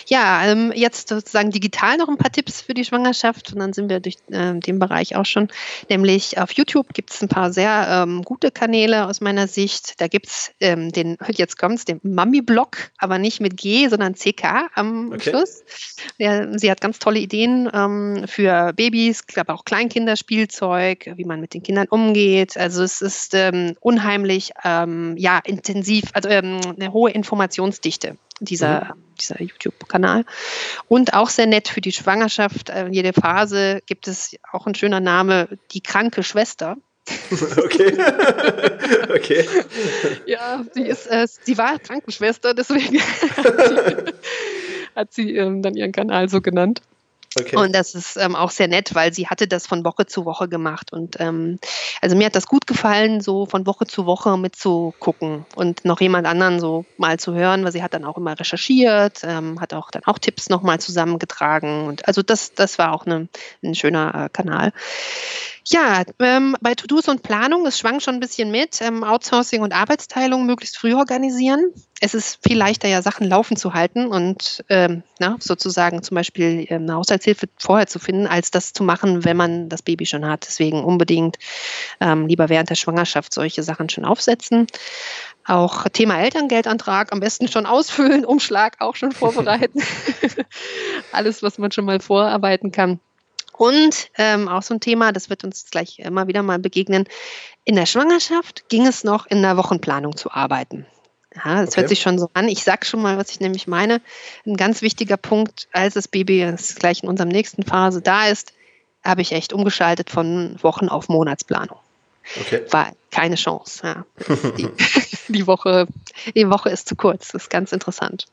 C: Ja, ähm, jetzt sozusagen digital noch ein paar Tipps für die Schwangerschaft und dann sind wir durch äh, den Bereich auch schon. Nämlich auf YouTube gibt es ein paar sehr ähm, gute Kanäle aus meiner Sicht. Da gibt es ähm, den, jetzt kommt's, den Mami-Blog, aber nicht mit G, sondern C K am
A: Okay.
C: Schluss. Ja, sie hat ganz tolle Ideen ähm, für Babys, aber auch Kleinkinderspielzeug, wie man mit den Kindern umgeht. Also es ist ähm, unheimlich ähm, ja, intensiv, also ähm, eine hohe Informationsdichte. Dieser, mhm. dieser YouTube-Kanal. Und auch sehr nett für die Schwangerschaft. Äh, jede Phase gibt es auch ein schöner Name, die kranke Schwester.
A: Okay. Okay.
C: Ja, sie ist, äh, sie war Krankenschwester, deswegen hat sie, hat sie ähm, dann ihren Kanal so genannt. Okay. Und das ist ähm, auch sehr nett, weil sie hatte das von Woche zu Woche gemacht. Und ähm, also mir hat das gut gefallen, so von Woche zu Woche mitzugucken und noch jemand anderen so mal zu hören, weil sie hat dann auch immer recherchiert, ähm, hat auch dann auch Tipps nochmal zusammengetragen. Und also das, das war auch eine, ein schöner äh, Kanal. Ja, ähm, bei To-Dos und Planung, es schwang schon ein bisschen mit, ähm, Outsourcing und Arbeitsteilung möglichst früh organisieren. Es ist viel leichter, ja Sachen laufen zu halten und ähm, na, sozusagen zum Beispiel ähm, eine Haushaltshilfe vorher zu finden, als das zu machen, wenn man das Baby schon hat. Deswegen unbedingt ähm, lieber während der Schwangerschaft solche Sachen schon aufsetzen. Auch Thema Elterngeldantrag am besten schon ausfüllen, Umschlag auch schon vorbereiten. Alles, was man schon mal vorarbeiten kann. Und ähm, auch so ein Thema, das wird uns gleich immer wieder mal begegnen, in der Schwangerschaft ging es noch in der Wochenplanung zu arbeiten. Ja, das okay. hört sich schon so an. Ich sage schon mal, was ich nämlich meine. Ein ganz wichtiger Punkt, als das Baby das gleich in unserem nächsten Phase da ist, habe ich echt umgeschaltet von Wochen- auf Monatsplanung. Okay. War keine Chance. Ja. Die, die, Woche, die Woche ist zu kurz. Das ist ganz interessant.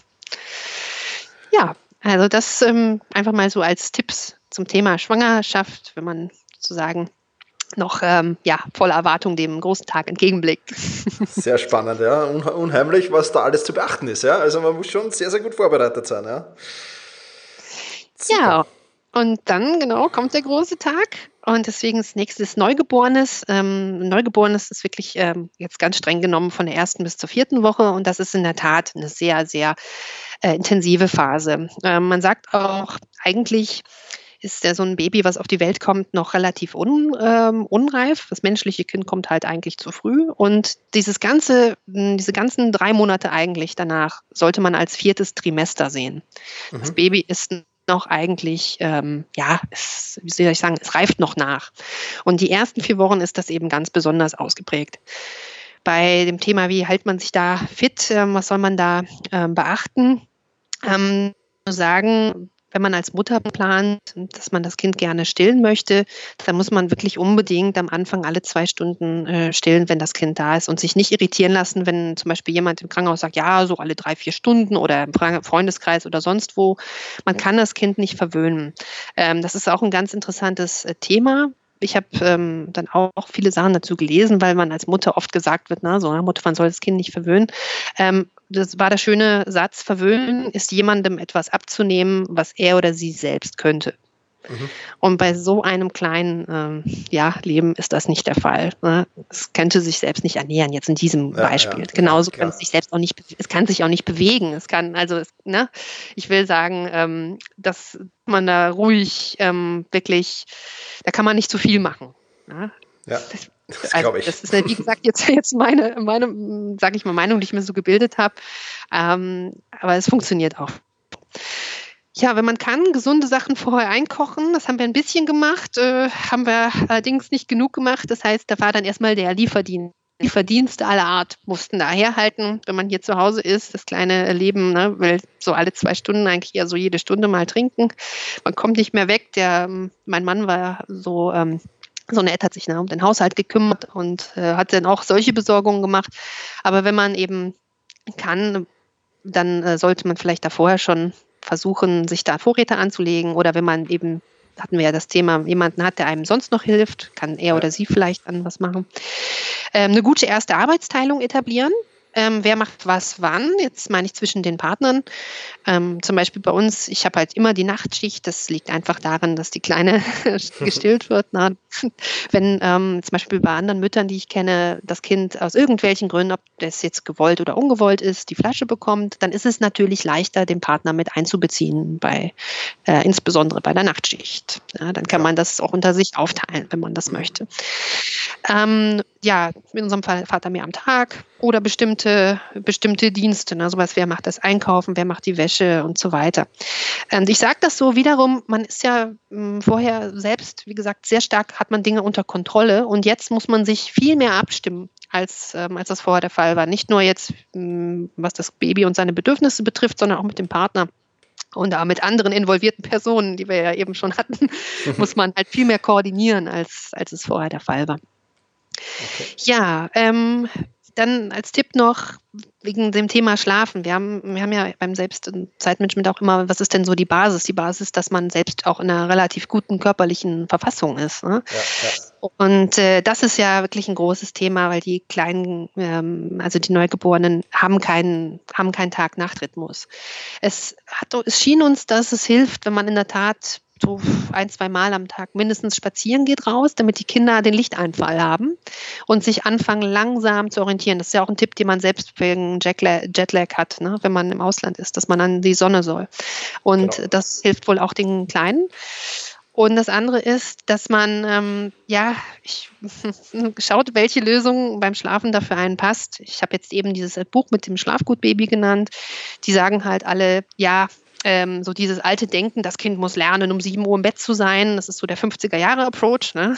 C: Ja, also das ähm, einfach mal so als Tipps zum Thema Schwangerschaft, wenn man sozusagen noch ähm, ja, voller Erwartung dem großen Tag entgegenblickt.
A: Sehr spannend, ja. Unheimlich, was da alles zu beachten ist. Ja? Also man muss schon sehr, sehr gut vorbereitet sein. Ja,
C: ja, und dann genau kommt der große Tag. Und deswegen das nächste ist Neugeborenes. Ähm, Neugeborenes ist wirklich ähm, jetzt ganz streng genommen von der ersten bis zur vierten Woche. Und das ist in der Tat eine sehr, sehr äh, intensive Phase. Ähm, man sagt auch, eigentlich ist ja so ein Baby, was auf die Welt kommt, noch relativ un, ähm, unreif. Das menschliche Kind kommt halt eigentlich zu früh. Und dieses ganze, diese ganzen drei Monate eigentlich danach sollte man als viertes Trimester sehen. Mhm. Das Baby ist noch eigentlich, ähm, ja, es, wie soll ich sagen, es reift noch nach. Und die ersten vier Wochen ist das eben ganz besonders ausgeprägt. Bei dem Thema, wie hält man sich da fit, ähm, was soll man da ähm, beachten? Ähm, sagen, wenn man als Mutter plant, dass man das Kind gerne stillen möchte, dann muss man wirklich unbedingt am Anfang alle zwei Stunden äh, stillen, wenn das Kind da ist und sich nicht irritieren lassen, wenn zum Beispiel jemand im Krankenhaus sagt, ja, so alle drei, vier Stunden oder im Freundeskreis oder sonst wo. Man kann das Kind nicht verwöhnen. Ähm, das ist auch ein ganz interessantes äh, Thema. Ich habe ähm, dann auch viele Sachen dazu gelesen, weil man als Mutter oft gesagt wird, na, so eine Mutter, man soll das Kind nicht verwöhnen. Ähm, das war der schöne Satz, verwöhnen ist jemandem etwas abzunehmen, was er oder sie selbst könnte. Mhm. Und bei so einem kleinen ähm, ja, Leben ist das nicht der Fall. Ne? Es könnte sich selbst nicht ernähren, jetzt in diesem ja, Beispiel. Ja, Genauso ja, kann es sich selbst auch nicht, es kann sich auch nicht bewegen. Es kann, also, es, ne? Ich will sagen, ähm, dass man da ruhig ähm, wirklich, da kann man nicht zu viel machen. Ne? Ja. Das, Das also, ich. Das ist, wie gesagt, jetzt, jetzt meine, meine sage ich mal, Meinung, die ich mir so gebildet habe. Ähm, aber es funktioniert auch. Ja, wenn man kann, gesunde Sachen vorher einkochen. Das haben wir ein bisschen gemacht, äh, haben wir allerdings nicht genug gemacht. Das heißt, da war dann erstmal der Lieferdienst. Lieferdienste aller Art mussten da herhalten, wenn man hier zu Hause ist. Das kleine Leben, ne, will so alle zwei Stunden eigentlich eher so jede Stunde mal trinken. Man kommt nicht mehr weg. Der, mein Mann war so... Ähm, So nett, hat sich ne, um den Haushalt gekümmert und äh, hat dann auch solche Besorgungen gemacht. Aber wenn man eben kann, dann äh, sollte man vielleicht da vorher schon versuchen, sich da Vorräte anzulegen. Oder wenn man eben, hatten wir ja das Thema, jemanden hat, der einem sonst noch hilft, kann er ja. oder sie vielleicht dann was machen. Ähm, eine gute erste Arbeitsteilung etablieren. ähm, wer macht was wann. Jetzt meine ich zwischen den Partnern. Ähm, zum Beispiel bei uns, ich habe halt immer die Nachtschicht. Das liegt einfach daran, dass die Kleine gestillt wird. Na, wenn ähm, zum Beispiel bei anderen Müttern, die ich kenne, das Kind aus irgendwelchen Gründen, ob das jetzt gewollt oder ungewollt ist, die Flasche bekommt, dann ist es natürlich leichter, den Partner mit einzubeziehen, bei, äh, insbesondere bei der Nachtschicht. Ja, dann kann man das auch unter sich aufteilen, wenn man das möchte. Ähm, ja, in unserem Fall Vater mehr am Tag oder bestimmte, bestimmte Dienste, ne? Sowas, wer macht das Einkaufen, wer macht die Wäsche und so weiter. Und ich sage das so wiederum, man ist ja mh, vorher selbst, wie gesagt, sehr stark, hat man Dinge unter Kontrolle und jetzt muss man sich viel mehr abstimmen, als, ähm, als das vorher der Fall war. Nicht nur jetzt, mh, was das Baby und seine Bedürfnisse betrifft, sondern auch mit dem Partner. Und auch mit anderen involvierten Personen, die wir ja eben schon hatten, muss man halt viel mehr koordinieren, als, als es vorher der Fall war. Okay. Ja, ähm, dann als Tipp noch wegen dem Thema Schlafen. Wir haben, wir haben ja beim Selbst- und Zeitmanagement auch immer, was ist denn so die Basis? Die Basis, dass man selbst auch in einer relativ guten körperlichen Verfassung ist. Ne? Ja, ja. Und äh, das ist ja wirklich ein großes Thema, weil die Kleinen, ähm, also die Neugeborenen, haben keinen, haben keinen Tag-Nacht-Rhythmus. Es hat, es schien uns, dass es hilft, wenn man in der Tat so ein, zwei Mal am Tag mindestens spazieren geht raus, damit die Kinder den Lichteinfall haben und sich anfangen langsam zu orientieren. Das ist ja auch ein Tipp, den man selbst wegen Jetlag, Jetlag hat, ne, wenn man im Ausland ist, dass man an die Sonne soll. Und genau. Das hilft wohl auch den Kleinen. Und das andere ist, dass man, ähm, ja, ich, schaut, welche Lösung beim Schlafen dafür einen passt. Ich habe jetzt eben dieses Buch mit dem Schlafgutbaby genannt. Die sagen halt alle, ja, Ähm, so dieses alte Denken, das Kind muss lernen, um sieben Uhr im Bett zu sein. Das ist so der fünfziger-Jahre-Approach. Ne?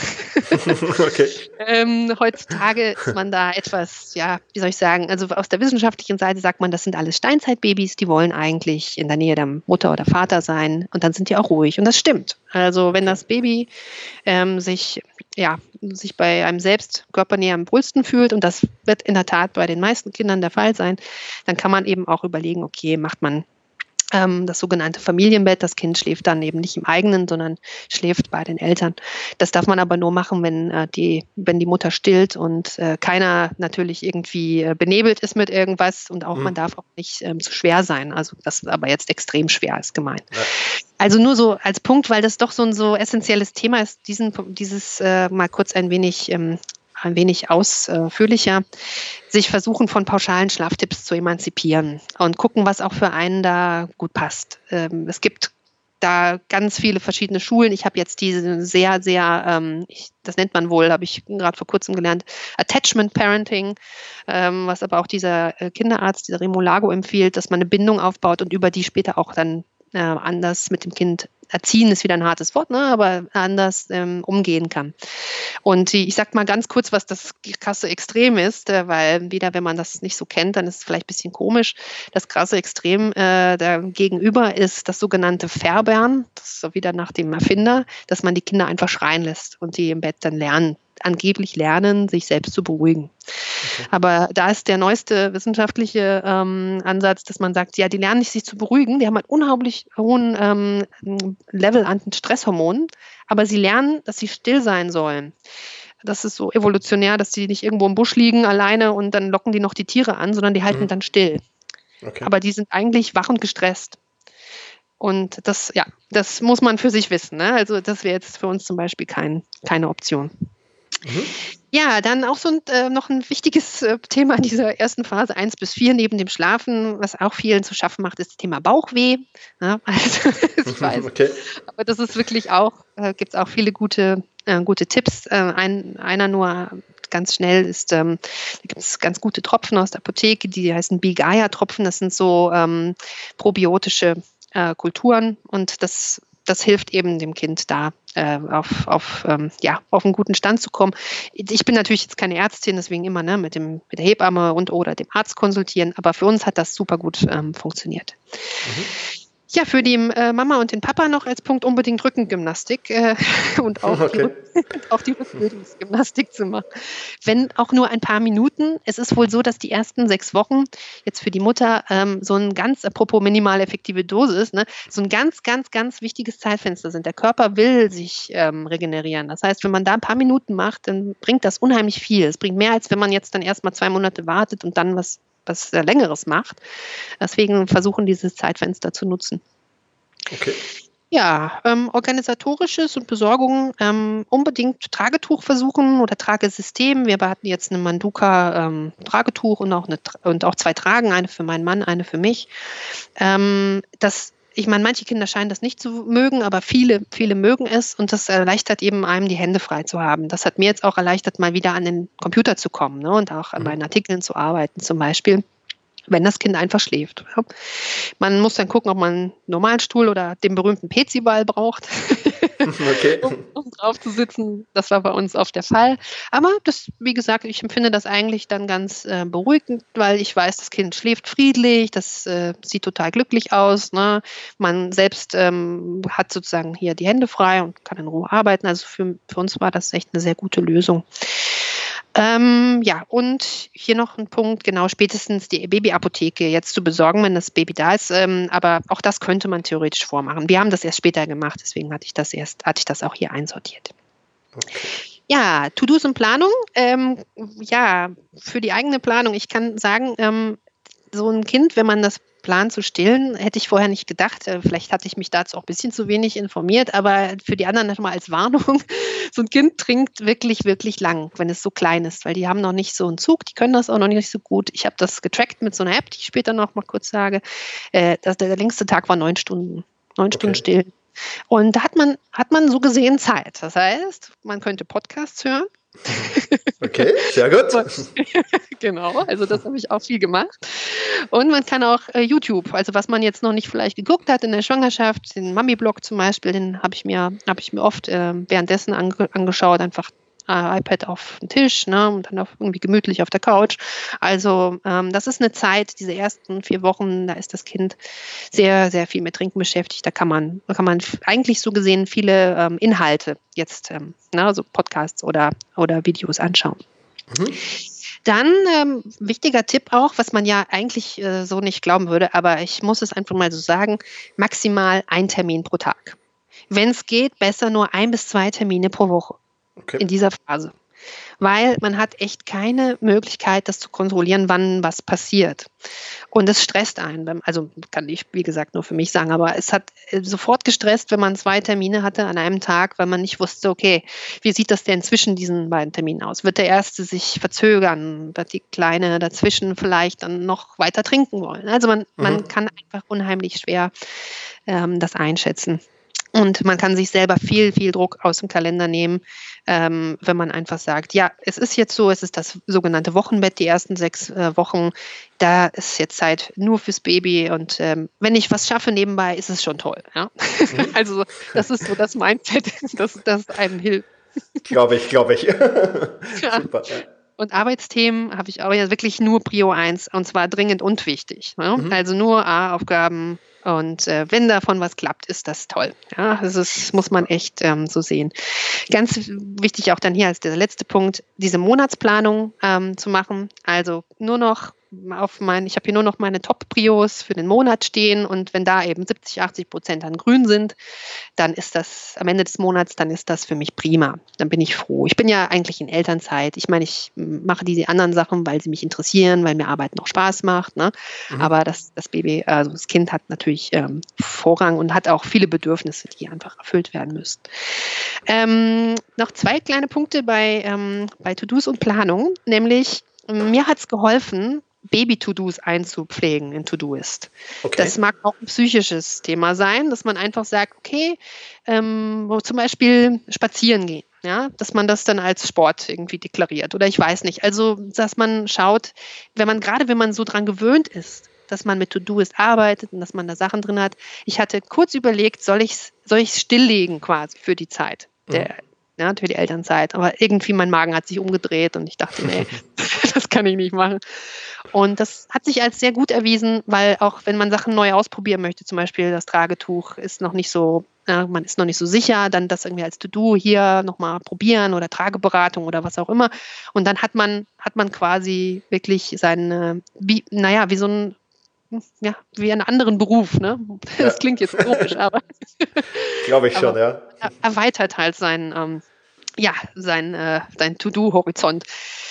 C: Okay. ähm, heutzutage ist man da etwas, ja, wie soll ich sagen, also aus der wissenschaftlichen Seite sagt man, das sind alles Steinzeitbabys, die wollen eigentlich in der Nähe der Mutter oder Vater sein und dann sind die auch ruhig. Und das stimmt. Also wenn das Baby ähm, sich, ja, sich bei einem selbst körpernäher am wohlsten fühlt, und das wird in der Tat bei den meisten Kindern der Fall sein, dann kann man eben auch überlegen, okay, macht man das sogenannte Familienbett. Das Kind schläft dann eben nicht im eigenen, sondern schläft bei den Eltern. Das darf man aber nur machen, wenn äh, die, wenn die Mutter stillt und äh, keiner natürlich irgendwie äh, benebelt ist mit irgendwas und auch mhm. man darf auch nicht ähm, zu schwer sein. Also das aber jetzt extrem schwer ist gemeint. Ja. Also nur so als Punkt, weil das doch so ein so essentielles Thema ist, diesen, dieses äh, mal kurz ein wenig ähm, ein wenig ausführlicher, sich versuchen, von pauschalen Schlaftipps zu emanzipieren und gucken, was auch für einen da gut passt. Ähm, es gibt da ganz viele verschiedene Schulen. Ich habe jetzt diese sehr, sehr, ähm, ich, das nennt man wohl, habe ich gerade vor kurzem gelernt, Attachment Parenting, ähm, was aber auch dieser äh, Kinderarzt, dieser Remolago empfiehlt, dass man eine Bindung aufbaut und über die später auch dann äh, anders mit dem Kind erziehen, ist wieder ein hartes Wort, ne, aber anders ähm, umgehen kann. Und die, ich sag mal ganz kurz, was das krasse Extrem ist, äh, weil wieder, wenn man das nicht so kennt, dann ist es vielleicht ein bisschen komisch. Das krasse Extrem äh, dagegenüber ist das sogenannte Verbern, das ist so wieder nach dem Erfinder, dass man die Kinder einfach schreien lässt und die im Bett dann lernen, angeblich lernen, sich selbst zu beruhigen. Okay. Aber da ist der neueste wissenschaftliche ähm, Ansatz, dass man sagt, ja, die lernen nicht, sich zu beruhigen, die haben einen unheimlich hohen ähm, Level an Stresshormonen, aber sie lernen, dass sie still sein sollen. Das ist so evolutionär, dass die nicht irgendwo im Busch liegen alleine und dann locken die noch die Tiere an, sondern die halten mhm. dann still. Okay. Aber die sind eigentlich wach und gestresst. Und das, ja, das muss man für sich wissen. Ne? Also das wäre jetzt für uns zum Beispiel kein, keine Option. Mhm. Ja, dann auch so ein, äh, noch ein wichtiges äh, Thema in dieser ersten Phase eins bis vier neben dem Schlafen, was auch vielen zu schaffen macht, ist das Thema Bauchweh. Ja, also, ich weiß, okay. Aber das ist wirklich auch, äh, gibt es auch viele gute, äh, gute Tipps. Äh, ein, einer nur ganz schnell ist, ähm, da gibt es ganz gute Tropfen aus der Apotheke, die heißen Bigaya-Tropfen. Das sind so ähm, probiotische äh, Kulturen und das Das hilft eben dem Kind da äh, auf, auf, ähm, ja, auf einen guten Stand zu kommen. Ich bin natürlich jetzt keine Ärztin, deswegen immer ne, mit, dem, mit der Hebamme und oder dem Arzt konsultieren, aber für uns hat das super gut ähm, funktioniert. Mhm. Ja, für die äh, Mama und den Papa noch als Punkt unbedingt Rückengymnastik äh, und auch, okay. die Rück- auch die Rückbildungsgymnastik zu machen. Wenn auch nur ein paar Minuten. Es ist wohl so, dass die ersten sechs Wochen jetzt für die Mutter ähm, so ein ganz, apropos minimal effektive Dosis, ne, so ein ganz, ganz, ganz wichtiges Zeitfenster sind. Der Körper will sich ähm, regenerieren. Das heißt, wenn man da ein paar Minuten macht, dann bringt das unheimlich viel. Es bringt mehr, als wenn man jetzt dann erstmal zwei Monate wartet und dann was was äh, Längeres macht. Deswegen versuchen, dieses Zeitfenster zu nutzen.
A: Okay.
C: Ja, ähm, organisatorisches und Besorgung, ähm, unbedingt Tragetuch versuchen oder Tragesystem. Wir hatten jetzt eine Manduka ähm, Tragetuch und auch, eine, und auch zwei Tragen, eine für meinen Mann, eine für mich. Ähm, das Ich meine, manche Kinder scheinen das nicht zu mögen, aber viele, viele mögen es und das erleichtert eben einem, die Hände frei zu haben. Das hat mir jetzt auch erleichtert, mal wieder an den Computer zu kommen, ne, und auch an meinen Artikeln zu arbeiten zum Beispiel, wenn das Kind einfach schläft. Ja. Man muss dann gucken, ob man einen normalen Stuhl oder den berühmten Peziball braucht,
A: Okay.
C: um, um drauf zu sitzen. Das war bei uns oft der Fall. Aber das, wie gesagt, ich empfinde das eigentlich dann ganz äh, beruhigend, weil ich weiß, das Kind schläft friedlich, das äh, sieht total glücklich aus. Ne? Man selbst ähm, hat sozusagen hier die Hände frei und kann in Ruhe arbeiten. Also für, für uns war das echt eine sehr gute Lösung. Ähm, ja, und hier noch ein Punkt, genau, spätestens die Babyapotheke jetzt zu besorgen, wenn das Baby da ist. Ähm, aber auch das könnte man theoretisch vormachen. Wir haben das erst später gemacht, deswegen hatte ich das erst, hatte ich das auch hier einsortiert.
A: Okay.
C: Ja, To-Dos und Planung. Ähm, ja, für die eigene Planung. Ich kann sagen, ähm, so ein Kind, wenn man das plant zu stillen, hätte ich vorher nicht gedacht. Äh, vielleicht hatte ich mich dazu auch ein bisschen zu wenig informiert, aber für die anderen nochmal als Warnung, so ein Kind trinkt wirklich, wirklich lang, wenn es so klein ist, weil die haben noch nicht so einen Zug, die können das auch noch nicht so gut. Ich habe das getrackt mit so einer App, die ich später noch mal kurz sage. Äh, das, der, der längste Tag war neun Stunden. Neun
A: Okay.
C: Stunden stillen. Und da hat man, hat man so gesehen Zeit. Das heißt, man könnte Podcasts hören.
A: Okay, sehr gut.
C: Genau, also das habe ich auch viel gemacht. Und man kann auch äh, YouTube, also was man jetzt noch nicht vielleicht geguckt hat in der Schwangerschaft, den Mami-Blog zum Beispiel, den habe ich mir, habe ich mir oft äh, währenddessen ange- angeschaut, einfach äh, iPad auf den Tisch, ne, und dann auf, irgendwie gemütlich auf der Couch. Also ähm, das ist eine Zeit, diese ersten vier Wochen, da ist das Kind sehr, sehr viel mit Trinken beschäftigt. Da kann man, da kann man f- eigentlich so gesehen viele ähm, Inhalte jetzt, ähm, ne, also Podcasts oder, oder Videos anschauen.
A: Mhm.
C: Dann ähm, wichtiger Tipp auch, was man ja eigentlich äh, so nicht glauben würde, aber ich muss es einfach mal so sagen, maximal ein Termin pro Tag. Wenn es geht, besser nur ein bis zwei Termine pro Woche
A: Okay.
C: in dieser Phase. Weil man hat echt keine Möglichkeit, das zu kontrollieren, wann was passiert. Und es stresst einen. wenn- Also kann ich, wie gesagt, nur für mich sagen, aber es hat äh, sofort gestresst, wenn man zwei Termine hatte an einem Tag, weil man nicht wusste, okay, wie sieht das denn zwischen diesen beiden Terminen aus? Wird der erste sich verzögern? Wird die Kleine dazwischen vielleicht dann noch weiter trinken wollen? Also man, man
A: Mhm.
C: kann einfach unheimlich schwer ähm, das einschätzen. Und man kann sich selber viel, viel Druck aus dem Kalender nehmen, ähm, wenn man einfach sagt, ja, es ist jetzt so, es ist das sogenannte Wochenbett, die ersten sechs äh, Wochen, da ist jetzt Zeit nur fürs Baby und ähm, wenn ich was schaffe nebenbei, ist es schon toll. Ja?
A: Mhm.
C: Also das ist so das Mindset, das, das einem hilft.
A: Glaube ich, glaube ich.
C: Ja.
A: Super. Ja.
C: Und Arbeitsthemen habe ich auch ja wirklich nur Prio eins und zwar dringend und wichtig. Ne?
A: Mhm.
C: Also nur A-Aufgaben und äh, wenn davon was klappt, ist das toll. Ja, das ist, muss man echt ähm, so sehen. Ganz wichtig auch dann hier als der letzte Punkt, diese Monatsplanung ähm, zu machen. Also nur noch auf mein, ich habe hier nur noch meine Top-Prios für den Monat stehen und wenn da eben siebzig, achtzig Prozent an grün sind, dann ist das am Ende des Monats, dann ist das für mich prima. Dann bin ich froh. Ich bin ja eigentlich in Elternzeit. Ich meine, ich mache diese anderen Sachen, weil sie mich interessieren, weil mir Arbeiten auch Spaß macht. Ne?
A: Mhm.
C: Aber das, das Baby, also das Kind hat natürlich ähm, Vorrang und hat auch viele Bedürfnisse, die einfach erfüllt werden müssen. Ähm, noch zwei kleine Punkte bei, ähm, bei To-Dos und Planung, nämlich mir hat es geholfen, Baby-To-Dos einzupflegen in To-Doist.
A: Okay.
C: Das mag auch ein psychisches Thema sein, dass man einfach sagt, okay, ähm, wo zum Beispiel spazieren gehen, ja, dass man das dann als Sport irgendwie deklariert oder ich weiß nicht. Also, dass man schaut, wenn man gerade, wenn man so dran gewöhnt ist, dass man mit To-Doist arbeitet und dass man da Sachen drin hat. Ich hatte kurz überlegt, soll ich es soll ich's stilllegen quasi für die Zeit, der,
A: Mhm.
C: ja, für die Elternzeit. Aber irgendwie mein Magen hat sich umgedreht und ich dachte, nee, das kann ich nicht machen. Und das hat sich als sehr gut erwiesen, weil auch wenn man Sachen neu ausprobieren möchte, zum Beispiel das Tragetuch ist noch nicht so, äh, man ist noch nicht so sicher, dann das irgendwie als To-Do hier nochmal probieren oder Trageberatung oder was auch immer. Und dann hat man, hat man quasi wirklich seine, wie, naja, wie so ein, ja, wie einen anderen Beruf, ne? Das
A: Ja.
C: klingt jetzt komisch, aber
A: Glaube ich schon,
C: Aber-
A: ja.
C: er- erweitert halt sein, ähm, ja, sein, äh, sein To-Do-Horizont.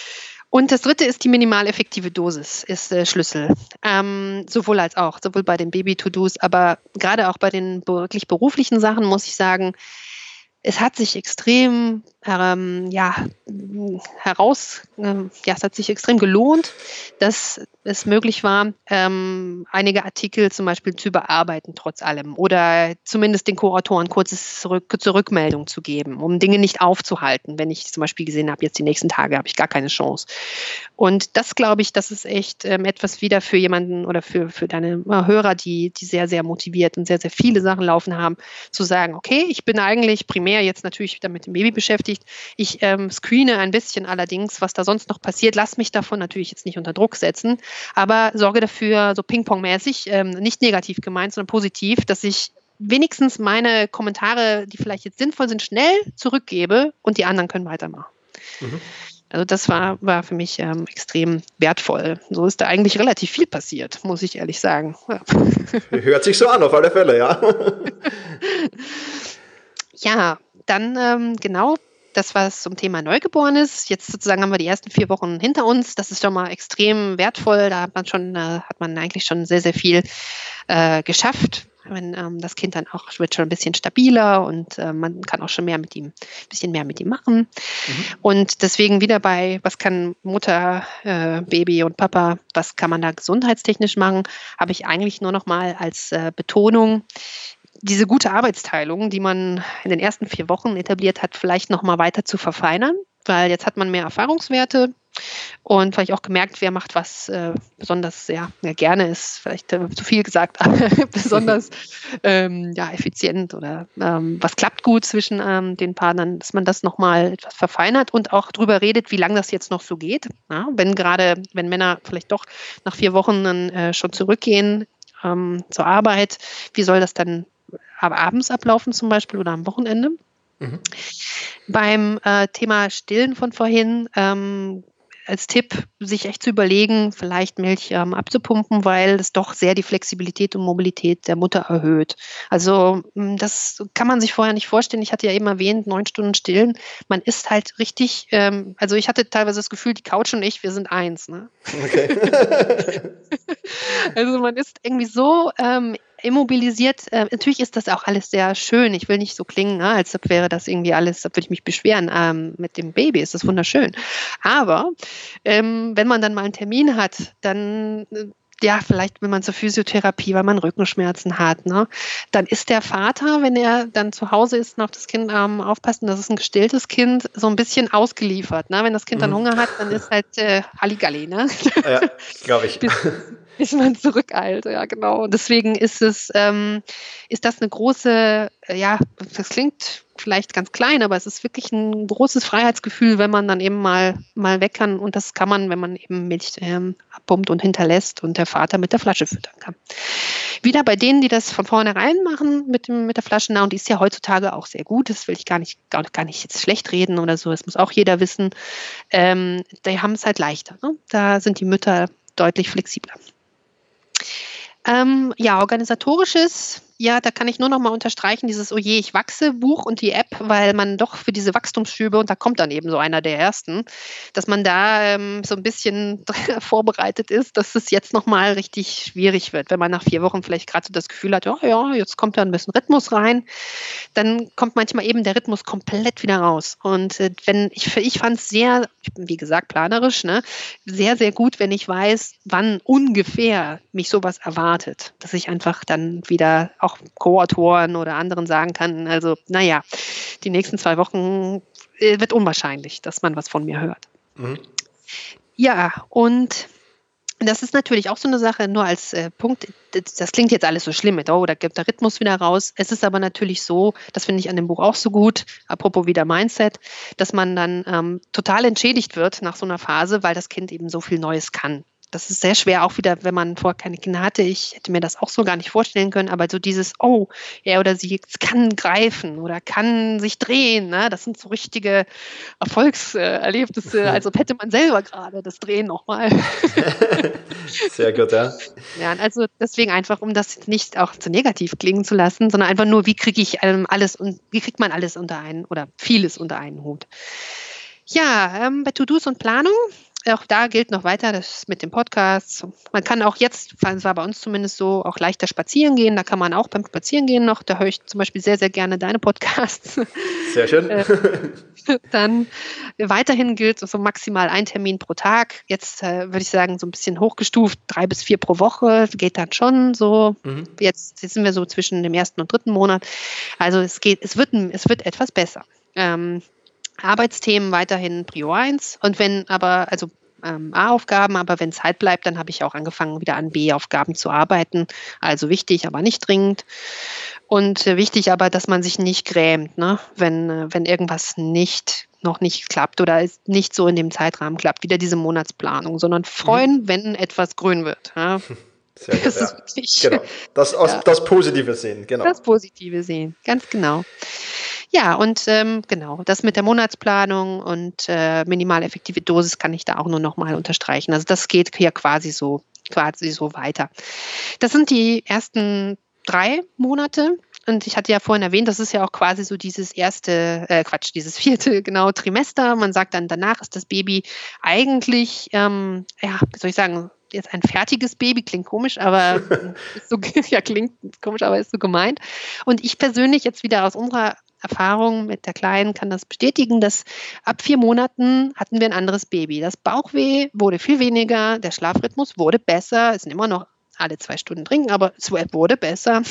C: Und das dritte ist die minimal effektive Dosis, ist äh, Schlüssel. Ähm, sowohl als auch, sowohl bei den Baby-To-Dos, aber gerade auch bei den wirklich beruflichen Sachen muss ich sagen, es hat sich extrem ähm, ja, heraus, ähm, ja, es hat sich extrem gelohnt, dass es möglich war, ähm, einige Artikel zum Beispiel zu überarbeiten, trotz allem, oder zumindest den Co-Autoren kurzes zurück, kurze Rückmeldung zu geben, um Dinge nicht aufzuhalten. Wenn ich zum Beispiel gesehen habe, jetzt die nächsten Tage habe ich gar keine Chance. Und das, glaube ich, das ist echt ähm, etwas wieder für jemanden oder für, für deine äh, Hörer, die, die sehr, sehr motiviert und sehr, sehr viele Sachen laufen haben, zu sagen, okay, ich bin eigentlich primär jetzt natürlich wieder mit dem Baby beschäftigt. Ich ähm, screene ein bisschen allerdings, was da sonst noch passiert. Lass mich davon natürlich jetzt nicht unter Druck setzen, aber sorge dafür, so Ping-Pong-mäßig, ähm, nicht negativ gemeint, sondern positiv, dass ich wenigstens meine Kommentare, die vielleicht jetzt sinnvoll sind, schnell zurückgebe und die anderen können weitermachen. Mhm. Also das war, war für mich ähm, extrem wertvoll. So ist da eigentlich relativ viel passiert, muss ich ehrlich sagen. Ja.
A: Hört sich so an, auf alle Fälle, ja.
C: Ja, dann ähm, genau, das war es zum Thema Neugeborenes. Jetzt sozusagen haben wir die ersten vier Wochen hinter uns. Das ist schon mal extrem wertvoll. Da hat man schon, äh, hat man eigentlich schon sehr, sehr viel äh, geschafft. Wenn ähm, das Kind dann auch wird schon ein bisschen stabiler und äh, man kann auch schon mehr mit ihm, ein bisschen mehr mit ihm machen. Mhm. Und deswegen wieder bei, was kann Mutter, äh, Baby und Papa, was kann man da gesundheitstechnisch machen, habe ich eigentlich nur noch mal als äh, Betonung, diese gute Arbeitsteilung, die man in den ersten vier Wochen etabliert hat, vielleicht noch mal weiter zu verfeinern, weil jetzt hat man mehr Erfahrungswerte und vielleicht auch gemerkt, wer macht was äh, besonders sehr ja, gerne ist, vielleicht äh, zu viel gesagt, aber besonders ähm, ja, effizient oder ähm, was klappt gut zwischen ähm, den Partnern, dass man das noch mal etwas verfeinert und auch drüber redet, wie lange das jetzt noch so geht. Ja, wenn gerade, wenn Männer vielleicht doch nach vier Wochen dann äh, schon zurückgehen ähm, zur Arbeit, wie soll das dann aber abends ablaufen zum Beispiel oder am Wochenende. Mhm. Beim äh, Thema Stillen von vorhin ähm, als Tipp, sich echt zu überlegen, vielleicht Milch ähm, abzupumpen, weil es doch sehr die Flexibilität und Mobilität der Mutter erhöht. Also das kann man sich vorher nicht vorstellen. Ich hatte ja eben erwähnt, neun Stunden Stillen. Man ist halt richtig, ähm, also ich hatte teilweise das Gefühl, die Couch und ich, wir sind eins. Ne? Okay. Also man ist irgendwie so ähm, immobilisiert. Äh, natürlich ist das auch alles sehr schön. Ich will nicht so klingen, ne, als ob wäre das irgendwie alles, als würde ich mich beschweren. Ähm, mit dem Baby ist das wunderschön. Aber ähm, wenn man dann mal einen Termin hat, dann äh, ja, vielleicht wenn man zur Physiotherapie, weil man Rückenschmerzen hat, ne, dann ist der Vater, wenn er dann zu Hause ist und auf das Kind ähm, aufpasst, und das ist ein gestilltes Kind, so ein bisschen ausgeliefert. Ne? Wenn das Kind dann Hunger hat, dann ist halt äh, Halligalli. Ne?
A: Ja, glaube ich.
C: bis, bis man zurückeilt, ja genau. Und deswegen ist es, ähm, ist das eine große, äh, ja, das klingt vielleicht ganz klein, aber es ist wirklich ein großes Freiheitsgefühl, wenn man dann eben mal, mal weg kann. Und das kann man, wenn man eben Milch ähm, abpumpt und hinterlässt und der Vater mit der Flasche füttern kann. Wieder bei denen, die das von vornherein machen mit, dem, mit der Flasche, na, und die ist ja heutzutage auch sehr gut, das will ich gar nicht, gar, gar nicht jetzt schlecht reden oder so, das muss auch jeder wissen. Ähm, die haben es halt leichter. Ne? Da sind die Mütter deutlich flexibler. Ähm, ja, organisatorisches, ja, da kann ich nur noch mal unterstreichen, dieses Oje, ich wachse Buch und die App, weil man doch für diese Wachstumsschübe, und da kommt dann eben so einer der ersten, dass man da ähm, so ein bisschen vorbereitet ist, dass es jetzt noch mal richtig schwierig wird. Wenn man nach vier Wochen vielleicht gerade so das Gefühl hat, oh, ja, jetzt kommt da ein bisschen Rhythmus rein, dann kommt manchmal eben der Rhythmus komplett wieder raus. Und äh, wenn ich, ich fand es sehr, wie gesagt, planerisch, ne, sehr, sehr gut, wenn ich weiß, wann ungefähr mich sowas erwartet, dass ich einfach dann wieder auch Co-Autoren oder anderen sagen kann, also naja, die nächsten zwei Wochen äh, wird unwahrscheinlich, dass man was von mir hört. Mhm. Ja, und das ist natürlich auch so eine Sache, nur als äh, Punkt, das, das klingt jetzt alles so schlimm mit, oh, da gibt der Rhythmus wieder raus. Es ist aber natürlich so, das finde ich an dem Buch auch so gut, apropos wieder Mindset, dass man dann ähm, total entschädigt wird nach so einer Phase, weil das Kind eben so viel Neues kann. Das ist sehr schwer, auch wieder, wenn man vorher keine Kinder hatte. Ich hätte mir das auch so gar nicht vorstellen können, aber so dieses, oh, er oder sie kann greifen oder kann sich drehen, ne? Das sind so richtige Erfolgserlebnisse, als ob hätte man selber gerade das Drehen nochmal.
A: Sehr gut, ja.
C: Ja, also deswegen einfach, um das nicht auch zu negativ klingen zu lassen, sondern einfach nur, wie kriege ich alles und wie kriegt man alles unter einen oder vieles unter einen Hut. Ja, ähm, bei To-Dos und Planung auch da gilt noch weiter, das mit dem Podcast. Man kann auch jetzt, das war bei uns zumindest so, auch leichter spazieren gehen. Da kann man auch beim Spazierengehen noch, da höre ich zum Beispiel sehr, sehr gerne deine Podcasts.
A: Sehr schön.
C: äh, dann weiterhin gilt so maximal ein Termin pro Tag. Jetzt äh, würde ich sagen, so ein bisschen hochgestuft, drei bis vier pro Woche, geht dann schon so. Mhm. Jetzt, jetzt sind wir so zwischen dem ersten und dritten Monat. Also es geht, es wird, es wird etwas besser. Ähm, Arbeitsthemen weiterhin Prio eins und wenn aber, also ähm, A-Aufgaben, aber wenn Zeit bleibt, dann habe ich auch angefangen, wieder an B-Aufgaben zu arbeiten. Also wichtig, aber nicht dringend. Und äh, wichtig aber, dass man sich nicht grämt, ne? wenn, äh, wenn irgendwas nicht noch nicht klappt oder es nicht so in dem Zeitrahmen klappt, wieder diese Monatsplanung, sondern freuen, mhm. wenn etwas grün wird. Ja?
A: Sehr gut, das ja. ist wirklich, genau. Das, aus, ja. das Positive sehen, genau.
C: Das Positive sehen, ganz genau. Ja, und ähm, genau, das mit der Monatsplanung und äh, minimale effektive Dosis kann ich da auch nur nochmal unterstreichen. Also das geht hier quasi so, quasi so weiter. Das sind die ersten drei Monate. Und ich hatte ja vorhin erwähnt, das ist ja auch quasi so dieses erste, äh, Quatsch, dieses vierte, genau, Trimester. Man sagt dann, danach ist das Baby eigentlich, ähm, ja, wie soll ich sagen, jetzt ein fertiges Baby, klingt komisch, aber ist so, ja, klingt komisch, aber ist so gemeint. Und ich persönlich jetzt wieder aus unserer Erfahrung mit der Kleinen kann das bestätigen, dass ab vier Monaten hatten wir ein anderes Baby. Das Bauchweh wurde viel weniger, der Schlafrhythmus wurde besser, es sind immer noch alle zwei Stunden trinken, aber es wurde besser,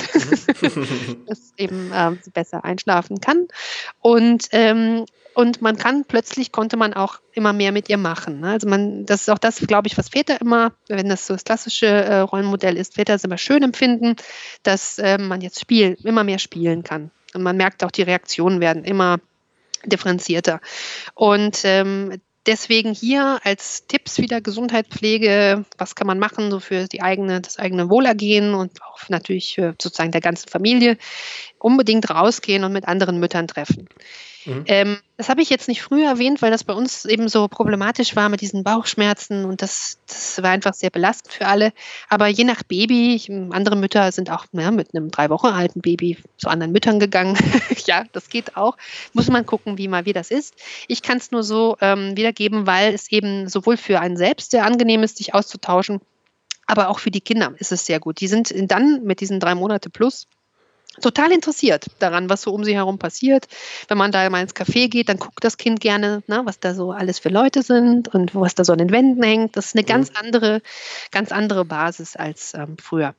C: dass eben ähm, sie besser einschlafen kann. Und ähm, Und man kann, plötzlich konnte man auch immer mehr mit ihr machen. Ne? Also man, das ist auch das, glaube ich, was Väter immer, wenn das so das klassische äh, Rollenmodell ist, Väter es immer schön empfinden, dass äh, man jetzt spiel, immer mehr spielen kann. Und man merkt auch, die Reaktionen werden immer differenzierter. Und ähm, deswegen hier als Tipps wieder Gesundheitspflege, was kann man machen so für die eigene, das eigene Wohlergehen und auch natürlich für sozusagen der ganzen Familie, unbedingt rausgehen und mit anderen Müttern treffen. Mhm. Ähm, das habe ich jetzt nicht früher erwähnt, weil das bei uns eben so problematisch war mit diesen Bauchschmerzen und das, das war einfach sehr belastend für alle. Aber je nach Baby, ich, andere Mütter sind auch ja, mit einem drei Wochen alten Baby zu anderen Müttern gegangen. Ja, das geht auch. Muss man gucken, wie mal wie das ist. Ich kann es nur so ähm, wiedergeben, weil es eben sowohl für einen selbst sehr angenehm ist, sich auszutauschen, aber auch für die Kinder ist es sehr gut. Die sind dann mit diesen drei Monate plus total interessiert daran, was so um sie herum passiert. Wenn man da mal ins Café geht, dann guckt das Kind gerne, ne, was da so alles für Leute sind und was da so an den Wänden hängt. Das ist eine ganz andere, ganz andere Basis als ähm, früher.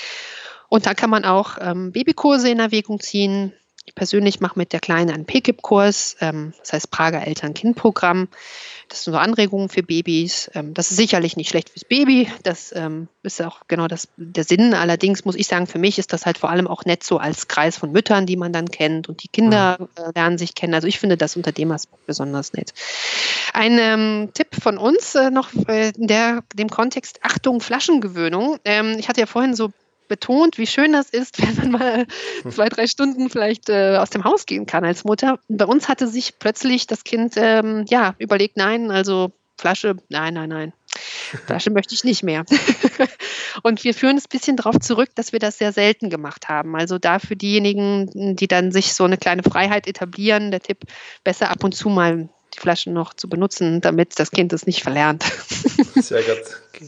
C: Und da kann man auch ähm, Babykurse in Erwägung ziehen. Ich persönlich mache mit der Kleinen einen P K I P-Kurs, ähm, das heißt Prager Eltern-Kind-Programm. Das sind so Anregungen für Babys. Ähm, das ist sicherlich nicht schlecht fürs Baby. Das ähm, ist auch genau das, der Sinn. Allerdings muss ich sagen, für mich ist das halt vor allem auch nett so als Kreis von Müttern, die man dann kennt und die Kinder äh, lernen sich kennen. Also ich finde das unter dem Aspekt besonders nett. Ein ähm, Tipp von uns äh, noch äh, in der, dem Kontext Achtung, Flaschengewöhnung. Ähm, ich hatte ja vorhin so betont, wie schön das ist, wenn man mal zwei, drei Stunden vielleicht äh, aus dem Haus gehen kann als Mutter. Bei uns hatte sich plötzlich das Kind ähm, ja überlegt, nein, also Flasche, nein, nein, nein. Flasche möchte ich nicht mehr. Und wir führen es ein bisschen darauf zurück, dass wir das sehr selten gemacht haben. Also da für diejenigen, die dann sich so eine kleine Freiheit etablieren, der Tipp, besser ab und zu mal die Flaschen noch zu benutzen, damit das Kind es nicht verlernt.
A: Sehr gut. Okay.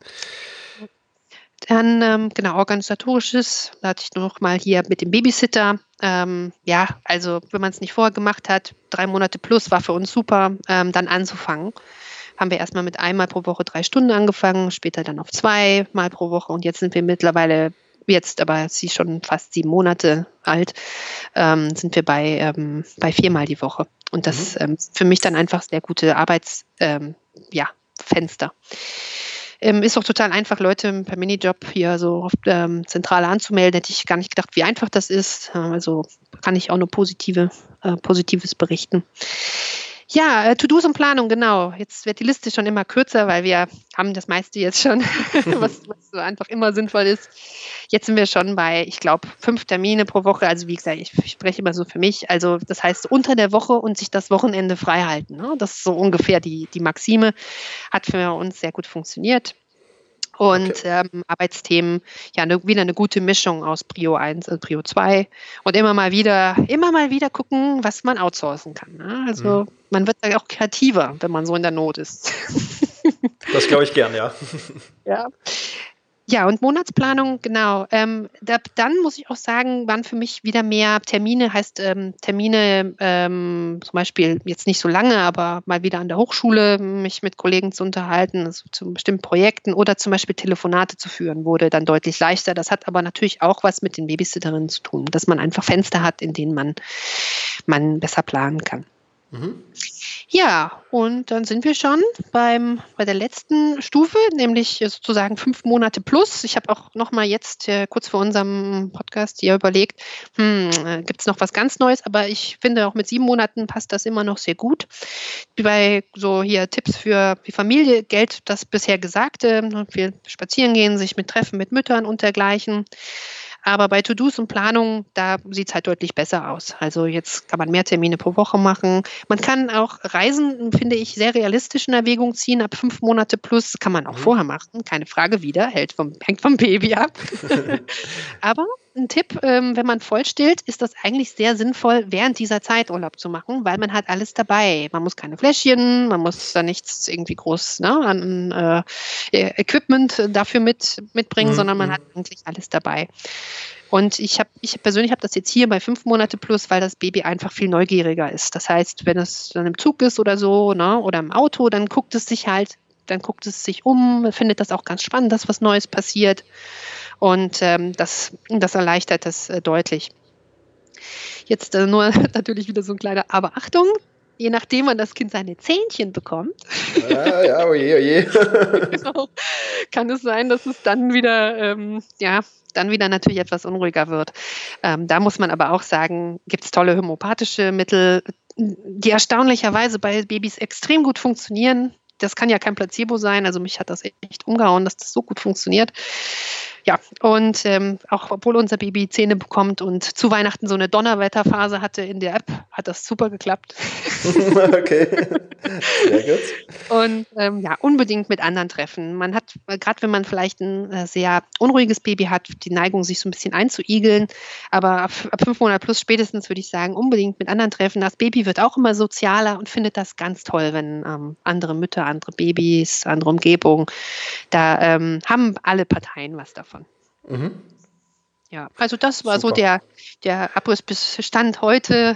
C: Dann, ähm, genau, organisatorisches, da hatte ich noch mal hier mit dem Babysitter. Ähm, ja, also wenn man es nicht vorher gemacht hat, drei Monate plus war für uns super, ähm, dann anzufangen. Haben wir erstmal mit einmal pro Woche drei Stunden angefangen, später dann auf zweimal pro Woche und jetzt sind wir mittlerweile, jetzt aber sie ist schon fast sieben Monate alt, ähm, sind wir bei, ähm, bei viermal die Woche. Und das mhm. ähm, ist für mich dann einfach sehr gute Arbeitsfenster. Ähm, ja, Fenster. Ähm, ist auch total einfach, Leute per Minijob hier so auf der ähm, Zentrale anzumelden. Hätte ich gar nicht gedacht, wie einfach das ist. Also kann ich auch nur positive, äh, Positives berichten. Ja, äh, To-Dos und Planung, genau. Jetzt wird die Liste schon immer kürzer, weil wir haben das meiste jetzt schon, was, was so einfach immer sinnvoll ist. Jetzt sind wir schon bei, ich glaube, fünf Termine pro Woche. Also wie gesagt, ich, ich spreche immer so für mich. Also das heißt unter der Woche und sich das Wochenende frei halten. Ne? Das ist so ungefähr die, die Maxime. Hat für uns sehr gut funktioniert. Und okay. ähm, Arbeitsthemen, ja, ne, wieder eine gute Mischung aus Prio eins und Prio zwei und immer mal wieder, immer mal wieder gucken, was man outsourcen kann. Ne? Also mhm. man wird ja auch kreativer, wenn man so in der Not ist.
A: Das glaube ich gern, ja.
C: Ja. Ja, und Monatsplanung, genau. Ähm, da, dann muss ich auch sagen, waren für mich wieder mehr Termine, heißt ähm, Termine ähm, zum Beispiel jetzt nicht so lange, aber mal wieder an der Hochschule mich mit Kollegen zu unterhalten, also zu bestimmten Projekten oder zum Beispiel Telefonate zu führen, wurde dann deutlich leichter. Das hat aber natürlich auch was mit den Babysitterinnen zu tun, dass man einfach Fenster hat, in denen man, man besser planen kann. Mhm. Ja, und dann sind wir schon beim, bei der letzten Stufe, nämlich sozusagen fünf Monate plus. Ich habe auch noch mal jetzt äh, kurz vor unserem Podcast hier überlegt, hm, äh, gibt es noch was ganz Neues? Aber ich finde, auch mit sieben Monaten passt das immer noch sehr gut. Bei so hier Tipps für die Familie gilt das bisher Gesagte, viel spazieren gehen, sich mit Treffen mit Müttern und dergleichen. Aber bei To-Dos und Planung, da sieht es halt deutlich besser aus. Also jetzt kann man mehr Termine pro Woche machen. Man kann auch Reisen, finde ich, sehr realistisch in Erwägung ziehen. Ab fünf Monate plus kann man auch mhm. vorher machen. Keine Frage wieder, hält vom, hängt vom Baby ab. Aber ein Tipp, ähm, wenn man vollstillt, ist das eigentlich sehr sinnvoll, während dieser Zeit Urlaub zu machen, weil man hat alles dabei. Man muss keine Fläschchen, man muss da nichts irgendwie groß ne, an äh, Equipment dafür mit, mitbringen, mhm. sondern man hat eigentlich alles dabei. Und ich habe, ich persönlich habe das jetzt hier bei fünf Monate plus, weil das Baby einfach viel neugieriger ist. Das heißt, wenn es dann im Zug ist oder so, ne, oder im Auto, dann guckt es sich halt, dann guckt es sich um, findet das auch ganz spannend, dass was Neues passiert. Und ähm, das, das erleichtert das äh, deutlich. Jetzt äh, nur natürlich wieder so ein kleiner Aber Achtung, je nachdem, wann das Kind seine Zähnchen bekommt,
A: ja, ja, oje, oje.
C: Genau, kann es sein, dass es dann wieder, ähm, ja, dann wieder natürlich etwas unruhiger wird. Ähm, da muss man aber auch sagen, gibt es tolle homöopathische Mittel, die erstaunlicherweise bei Babys extrem gut funktionieren. Das kann ja kein Placebo sein, also mich hat das echt umgehauen, dass das so gut funktioniert. Ja, und ähm, auch obwohl unser Baby Zähne bekommt und zu Weihnachten so eine Donnerwetterphase hatte in der App, hat das super geklappt.
A: Okay, sehr gut.
C: Und ähm, ja, unbedingt mit anderen treffen. Man hat, gerade wenn man vielleicht ein äh, sehr unruhiges Baby hat, die Neigung, sich so ein bisschen einzuigeln. Aber ab, ab fünf Monate plus spätestens würde ich sagen, unbedingt mit anderen treffen. Das Baby wird auch immer sozialer und findet das ganz toll, wenn ähm, andere Mütter, andere Babys, andere Umgebung, da ähm, haben alle Parteien was davon. Mhm. Ja, also das war Super. so der, der Abriss bis Stand heute,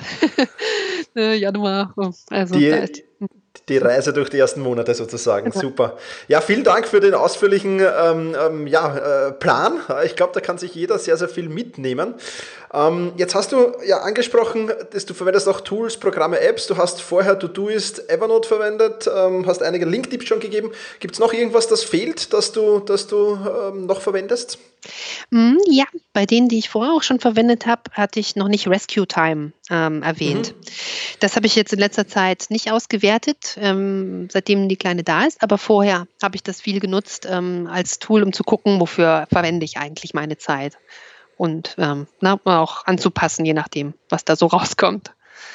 C: Januar. Also
A: die, die Reise durch die ersten Monate sozusagen. Genau. Super. Ja, vielen Dank für den ausführlichen ähm, ähm, ja, äh, Plan. Ich glaube, da kann sich jeder sehr, sehr viel mitnehmen. Ähm, jetzt hast du ja angesprochen, dass du verwendest auch Tools, Programme, Apps. Du hast vorher Todoist, Evernote verwendet, ähm, hast einige Link-Tipps schon gegeben. Gibt es noch irgendwas, das fehlt, das du, das du ähm, noch verwendest?
C: Ja, bei denen, die ich vorher auch schon verwendet habe, hatte ich noch nicht Rescue Time ähm, erwähnt. Mhm. Das habe ich jetzt in letzter Zeit nicht ausgewertet, ähm, seitdem die Kleine da ist. Aber vorher habe ich das viel genutzt ähm, als Tool, um zu gucken, wofür verwende ich eigentlich meine Zeit. Und ähm, na, auch anzupassen, je nachdem, was da so rauskommt.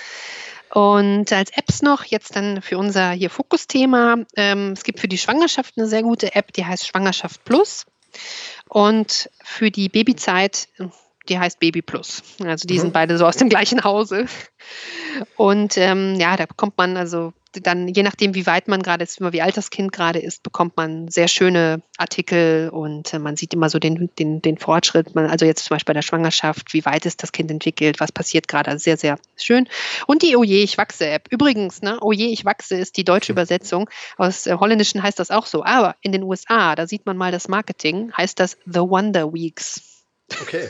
C: Und als Apps noch, jetzt dann für unser hier Fokusthema, ähm, es gibt für die Schwangerschaft eine sehr gute App, die heißt Schwangerschaft Plus. Und für die Babyzeit, die heißt Baby Plus. Also die mhm. sind beide so aus dem gleichen Hause. Und ähm, ja, da bekommt man also dann, je nachdem, wie weit man gerade ist, wie alt das Kind gerade ist, bekommt man sehr schöne Artikel und äh, man sieht immer so den, den, den Fortschritt. Man, also jetzt zum Beispiel bei der Schwangerschaft, wie weit ist das Kind entwickelt, was passiert gerade, also sehr, sehr schön. Und die Oje, ich wachse App. Übrigens, ne, Oje, ich wachse ist die deutsche Übersetzung. Aus äh, Holländischen heißt das auch so. Aber in den U S A, da sieht man mal das Marketing, heißt das The Wonder Weeks.
A: Okay.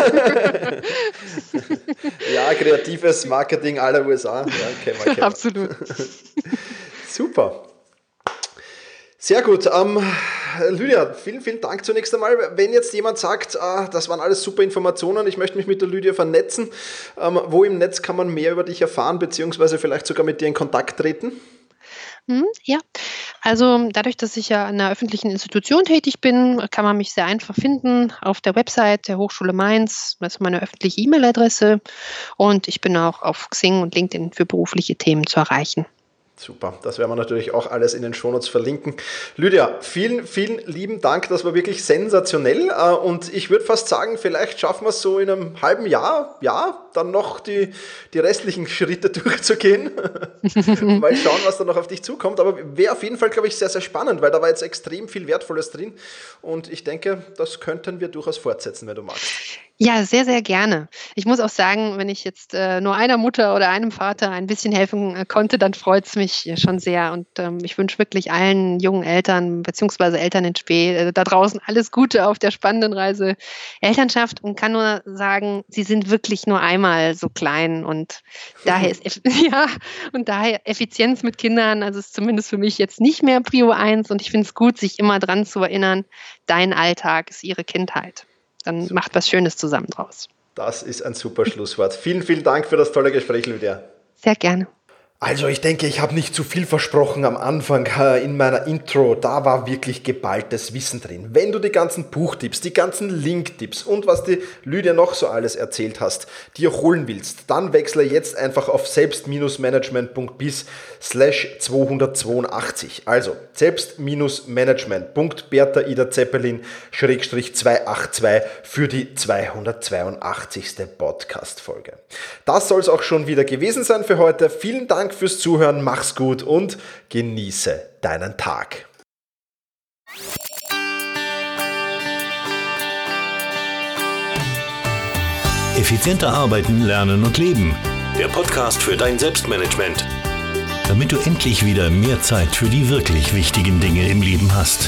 A: Ja, kreatives Marketing aller U S A. Ja, okay, okay.
C: Absolut.
A: Super. Sehr gut. Ähm, Lydia, vielen, vielen Dank zunächst einmal. Wenn jetzt jemand sagt, ah, das waren alles super Informationen, ich möchte mich mit der Lydia vernetzen, ähm, wo im Netz kann man mehr über dich erfahren, beziehungsweise vielleicht sogar mit dir in Kontakt treten?
C: Ja, also dadurch, dass ich ja an einer öffentlichen Institution tätig bin, kann man mich sehr einfach finden auf der Website der Hochschule Mainz. Das ist meine öffentliche E-Mail-Adresse und ich bin auch auf Xing und LinkedIn für berufliche Themen zu erreichen.
A: Super, das werden wir natürlich auch alles in den Shownotes verlinken. Lydia, vielen, vielen lieben Dank, das war wirklich sensationell und ich würde fast sagen, vielleicht schaffen wir es so in einem halben Jahr, ja, dann noch die, die restlichen Schritte durchzugehen. Mal schauen, was da noch auf dich zukommt, aber wäre auf jeden Fall, glaube ich, sehr, sehr spannend, weil da war jetzt extrem viel Wertvolles drin und ich denke, das könnten wir durchaus fortsetzen, wenn du magst.
C: Ja, sehr, sehr gerne. Ich muss auch sagen, wenn ich jetzt äh, nur einer Mutter oder einem Vater ein bisschen helfen äh, konnte, dann freut es mich schon sehr. Und ähm, ich wünsche wirklich allen jungen Eltern bzw. Eltern in Spee äh, da draußen alles Gute auf der spannenden Reise Elternschaft und kann nur sagen, sie sind wirklich nur einmal so klein und daher ist ja und daher Effizienz mit Kindern, also ist zumindest für mich jetzt nicht mehr Prio eins und ich finde es gut, sich immer dran zu erinnern, dein Alltag ist ihre Kindheit. Dann super. Macht was Schönes zusammen draus.
A: Das ist ein super Schlusswort. Vielen, vielen Dank für das tolle Gespräch, Lydia.
C: Sehr gerne.
A: Also ich denke, ich habe nicht zu viel versprochen am Anfang äh, in meiner Intro. Da war wirklich geballtes Wissen drin. Wenn du die ganzen Buchtipps, die ganzen Linktipps und was die Lydia noch so alles erzählt hast, dir holen willst, dann wechsle jetzt einfach auf selbst-management.bis slash zweihundertzweiundachtzig. Also selbst-management. Bertha Ida Zeppelin Schrägstrich zweihundertzweiundachtzig für die zweihundertzweiundachtzigste Podcast-Folge. Das soll es auch schon wieder gewesen sein für heute. Vielen Dank fürs Zuhören, mach's gut und genieße deinen Tag.
B: Effizienter arbeiten, lernen und leben. Der Podcast für dein Selbstmanagement. Damit du endlich wieder mehr Zeit für die wirklich wichtigen Dinge im Leben hast.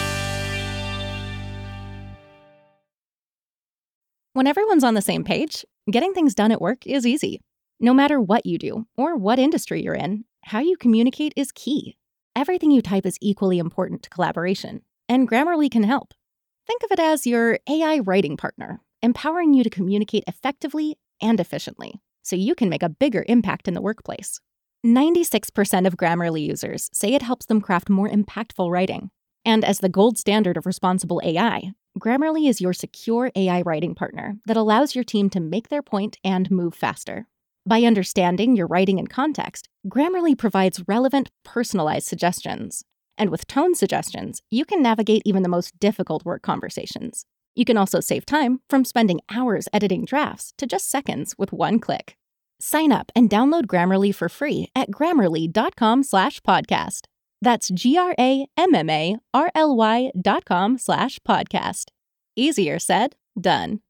D: When everyone's on the same page, getting things done at work is easy. No matter what you do or what industry you're in, how you communicate is key. Everything you type is equally important to collaboration, and Grammarly can help. Think of it as your A I writing partner, empowering you to communicate effectively and efficiently, so you can make a bigger impact in the workplace. ninety-six percent of Grammarly users say it helps them craft more impactful writing. And as the gold standard of responsible A I, Grammarly is your secure A I writing partner that allows your team to make their point and move faster. By understanding your writing and context, Grammarly provides relevant, personalized suggestions. And with tone suggestions, you can navigate even the most difficult work conversations. You can also save time from spending hours editing drafts to just seconds with one click. Sign up and download Grammarly for free at grammarly.com slash podcast. That's G-R-A-M-M-A-R-L-Y dot com slash podcast. Easier said, done.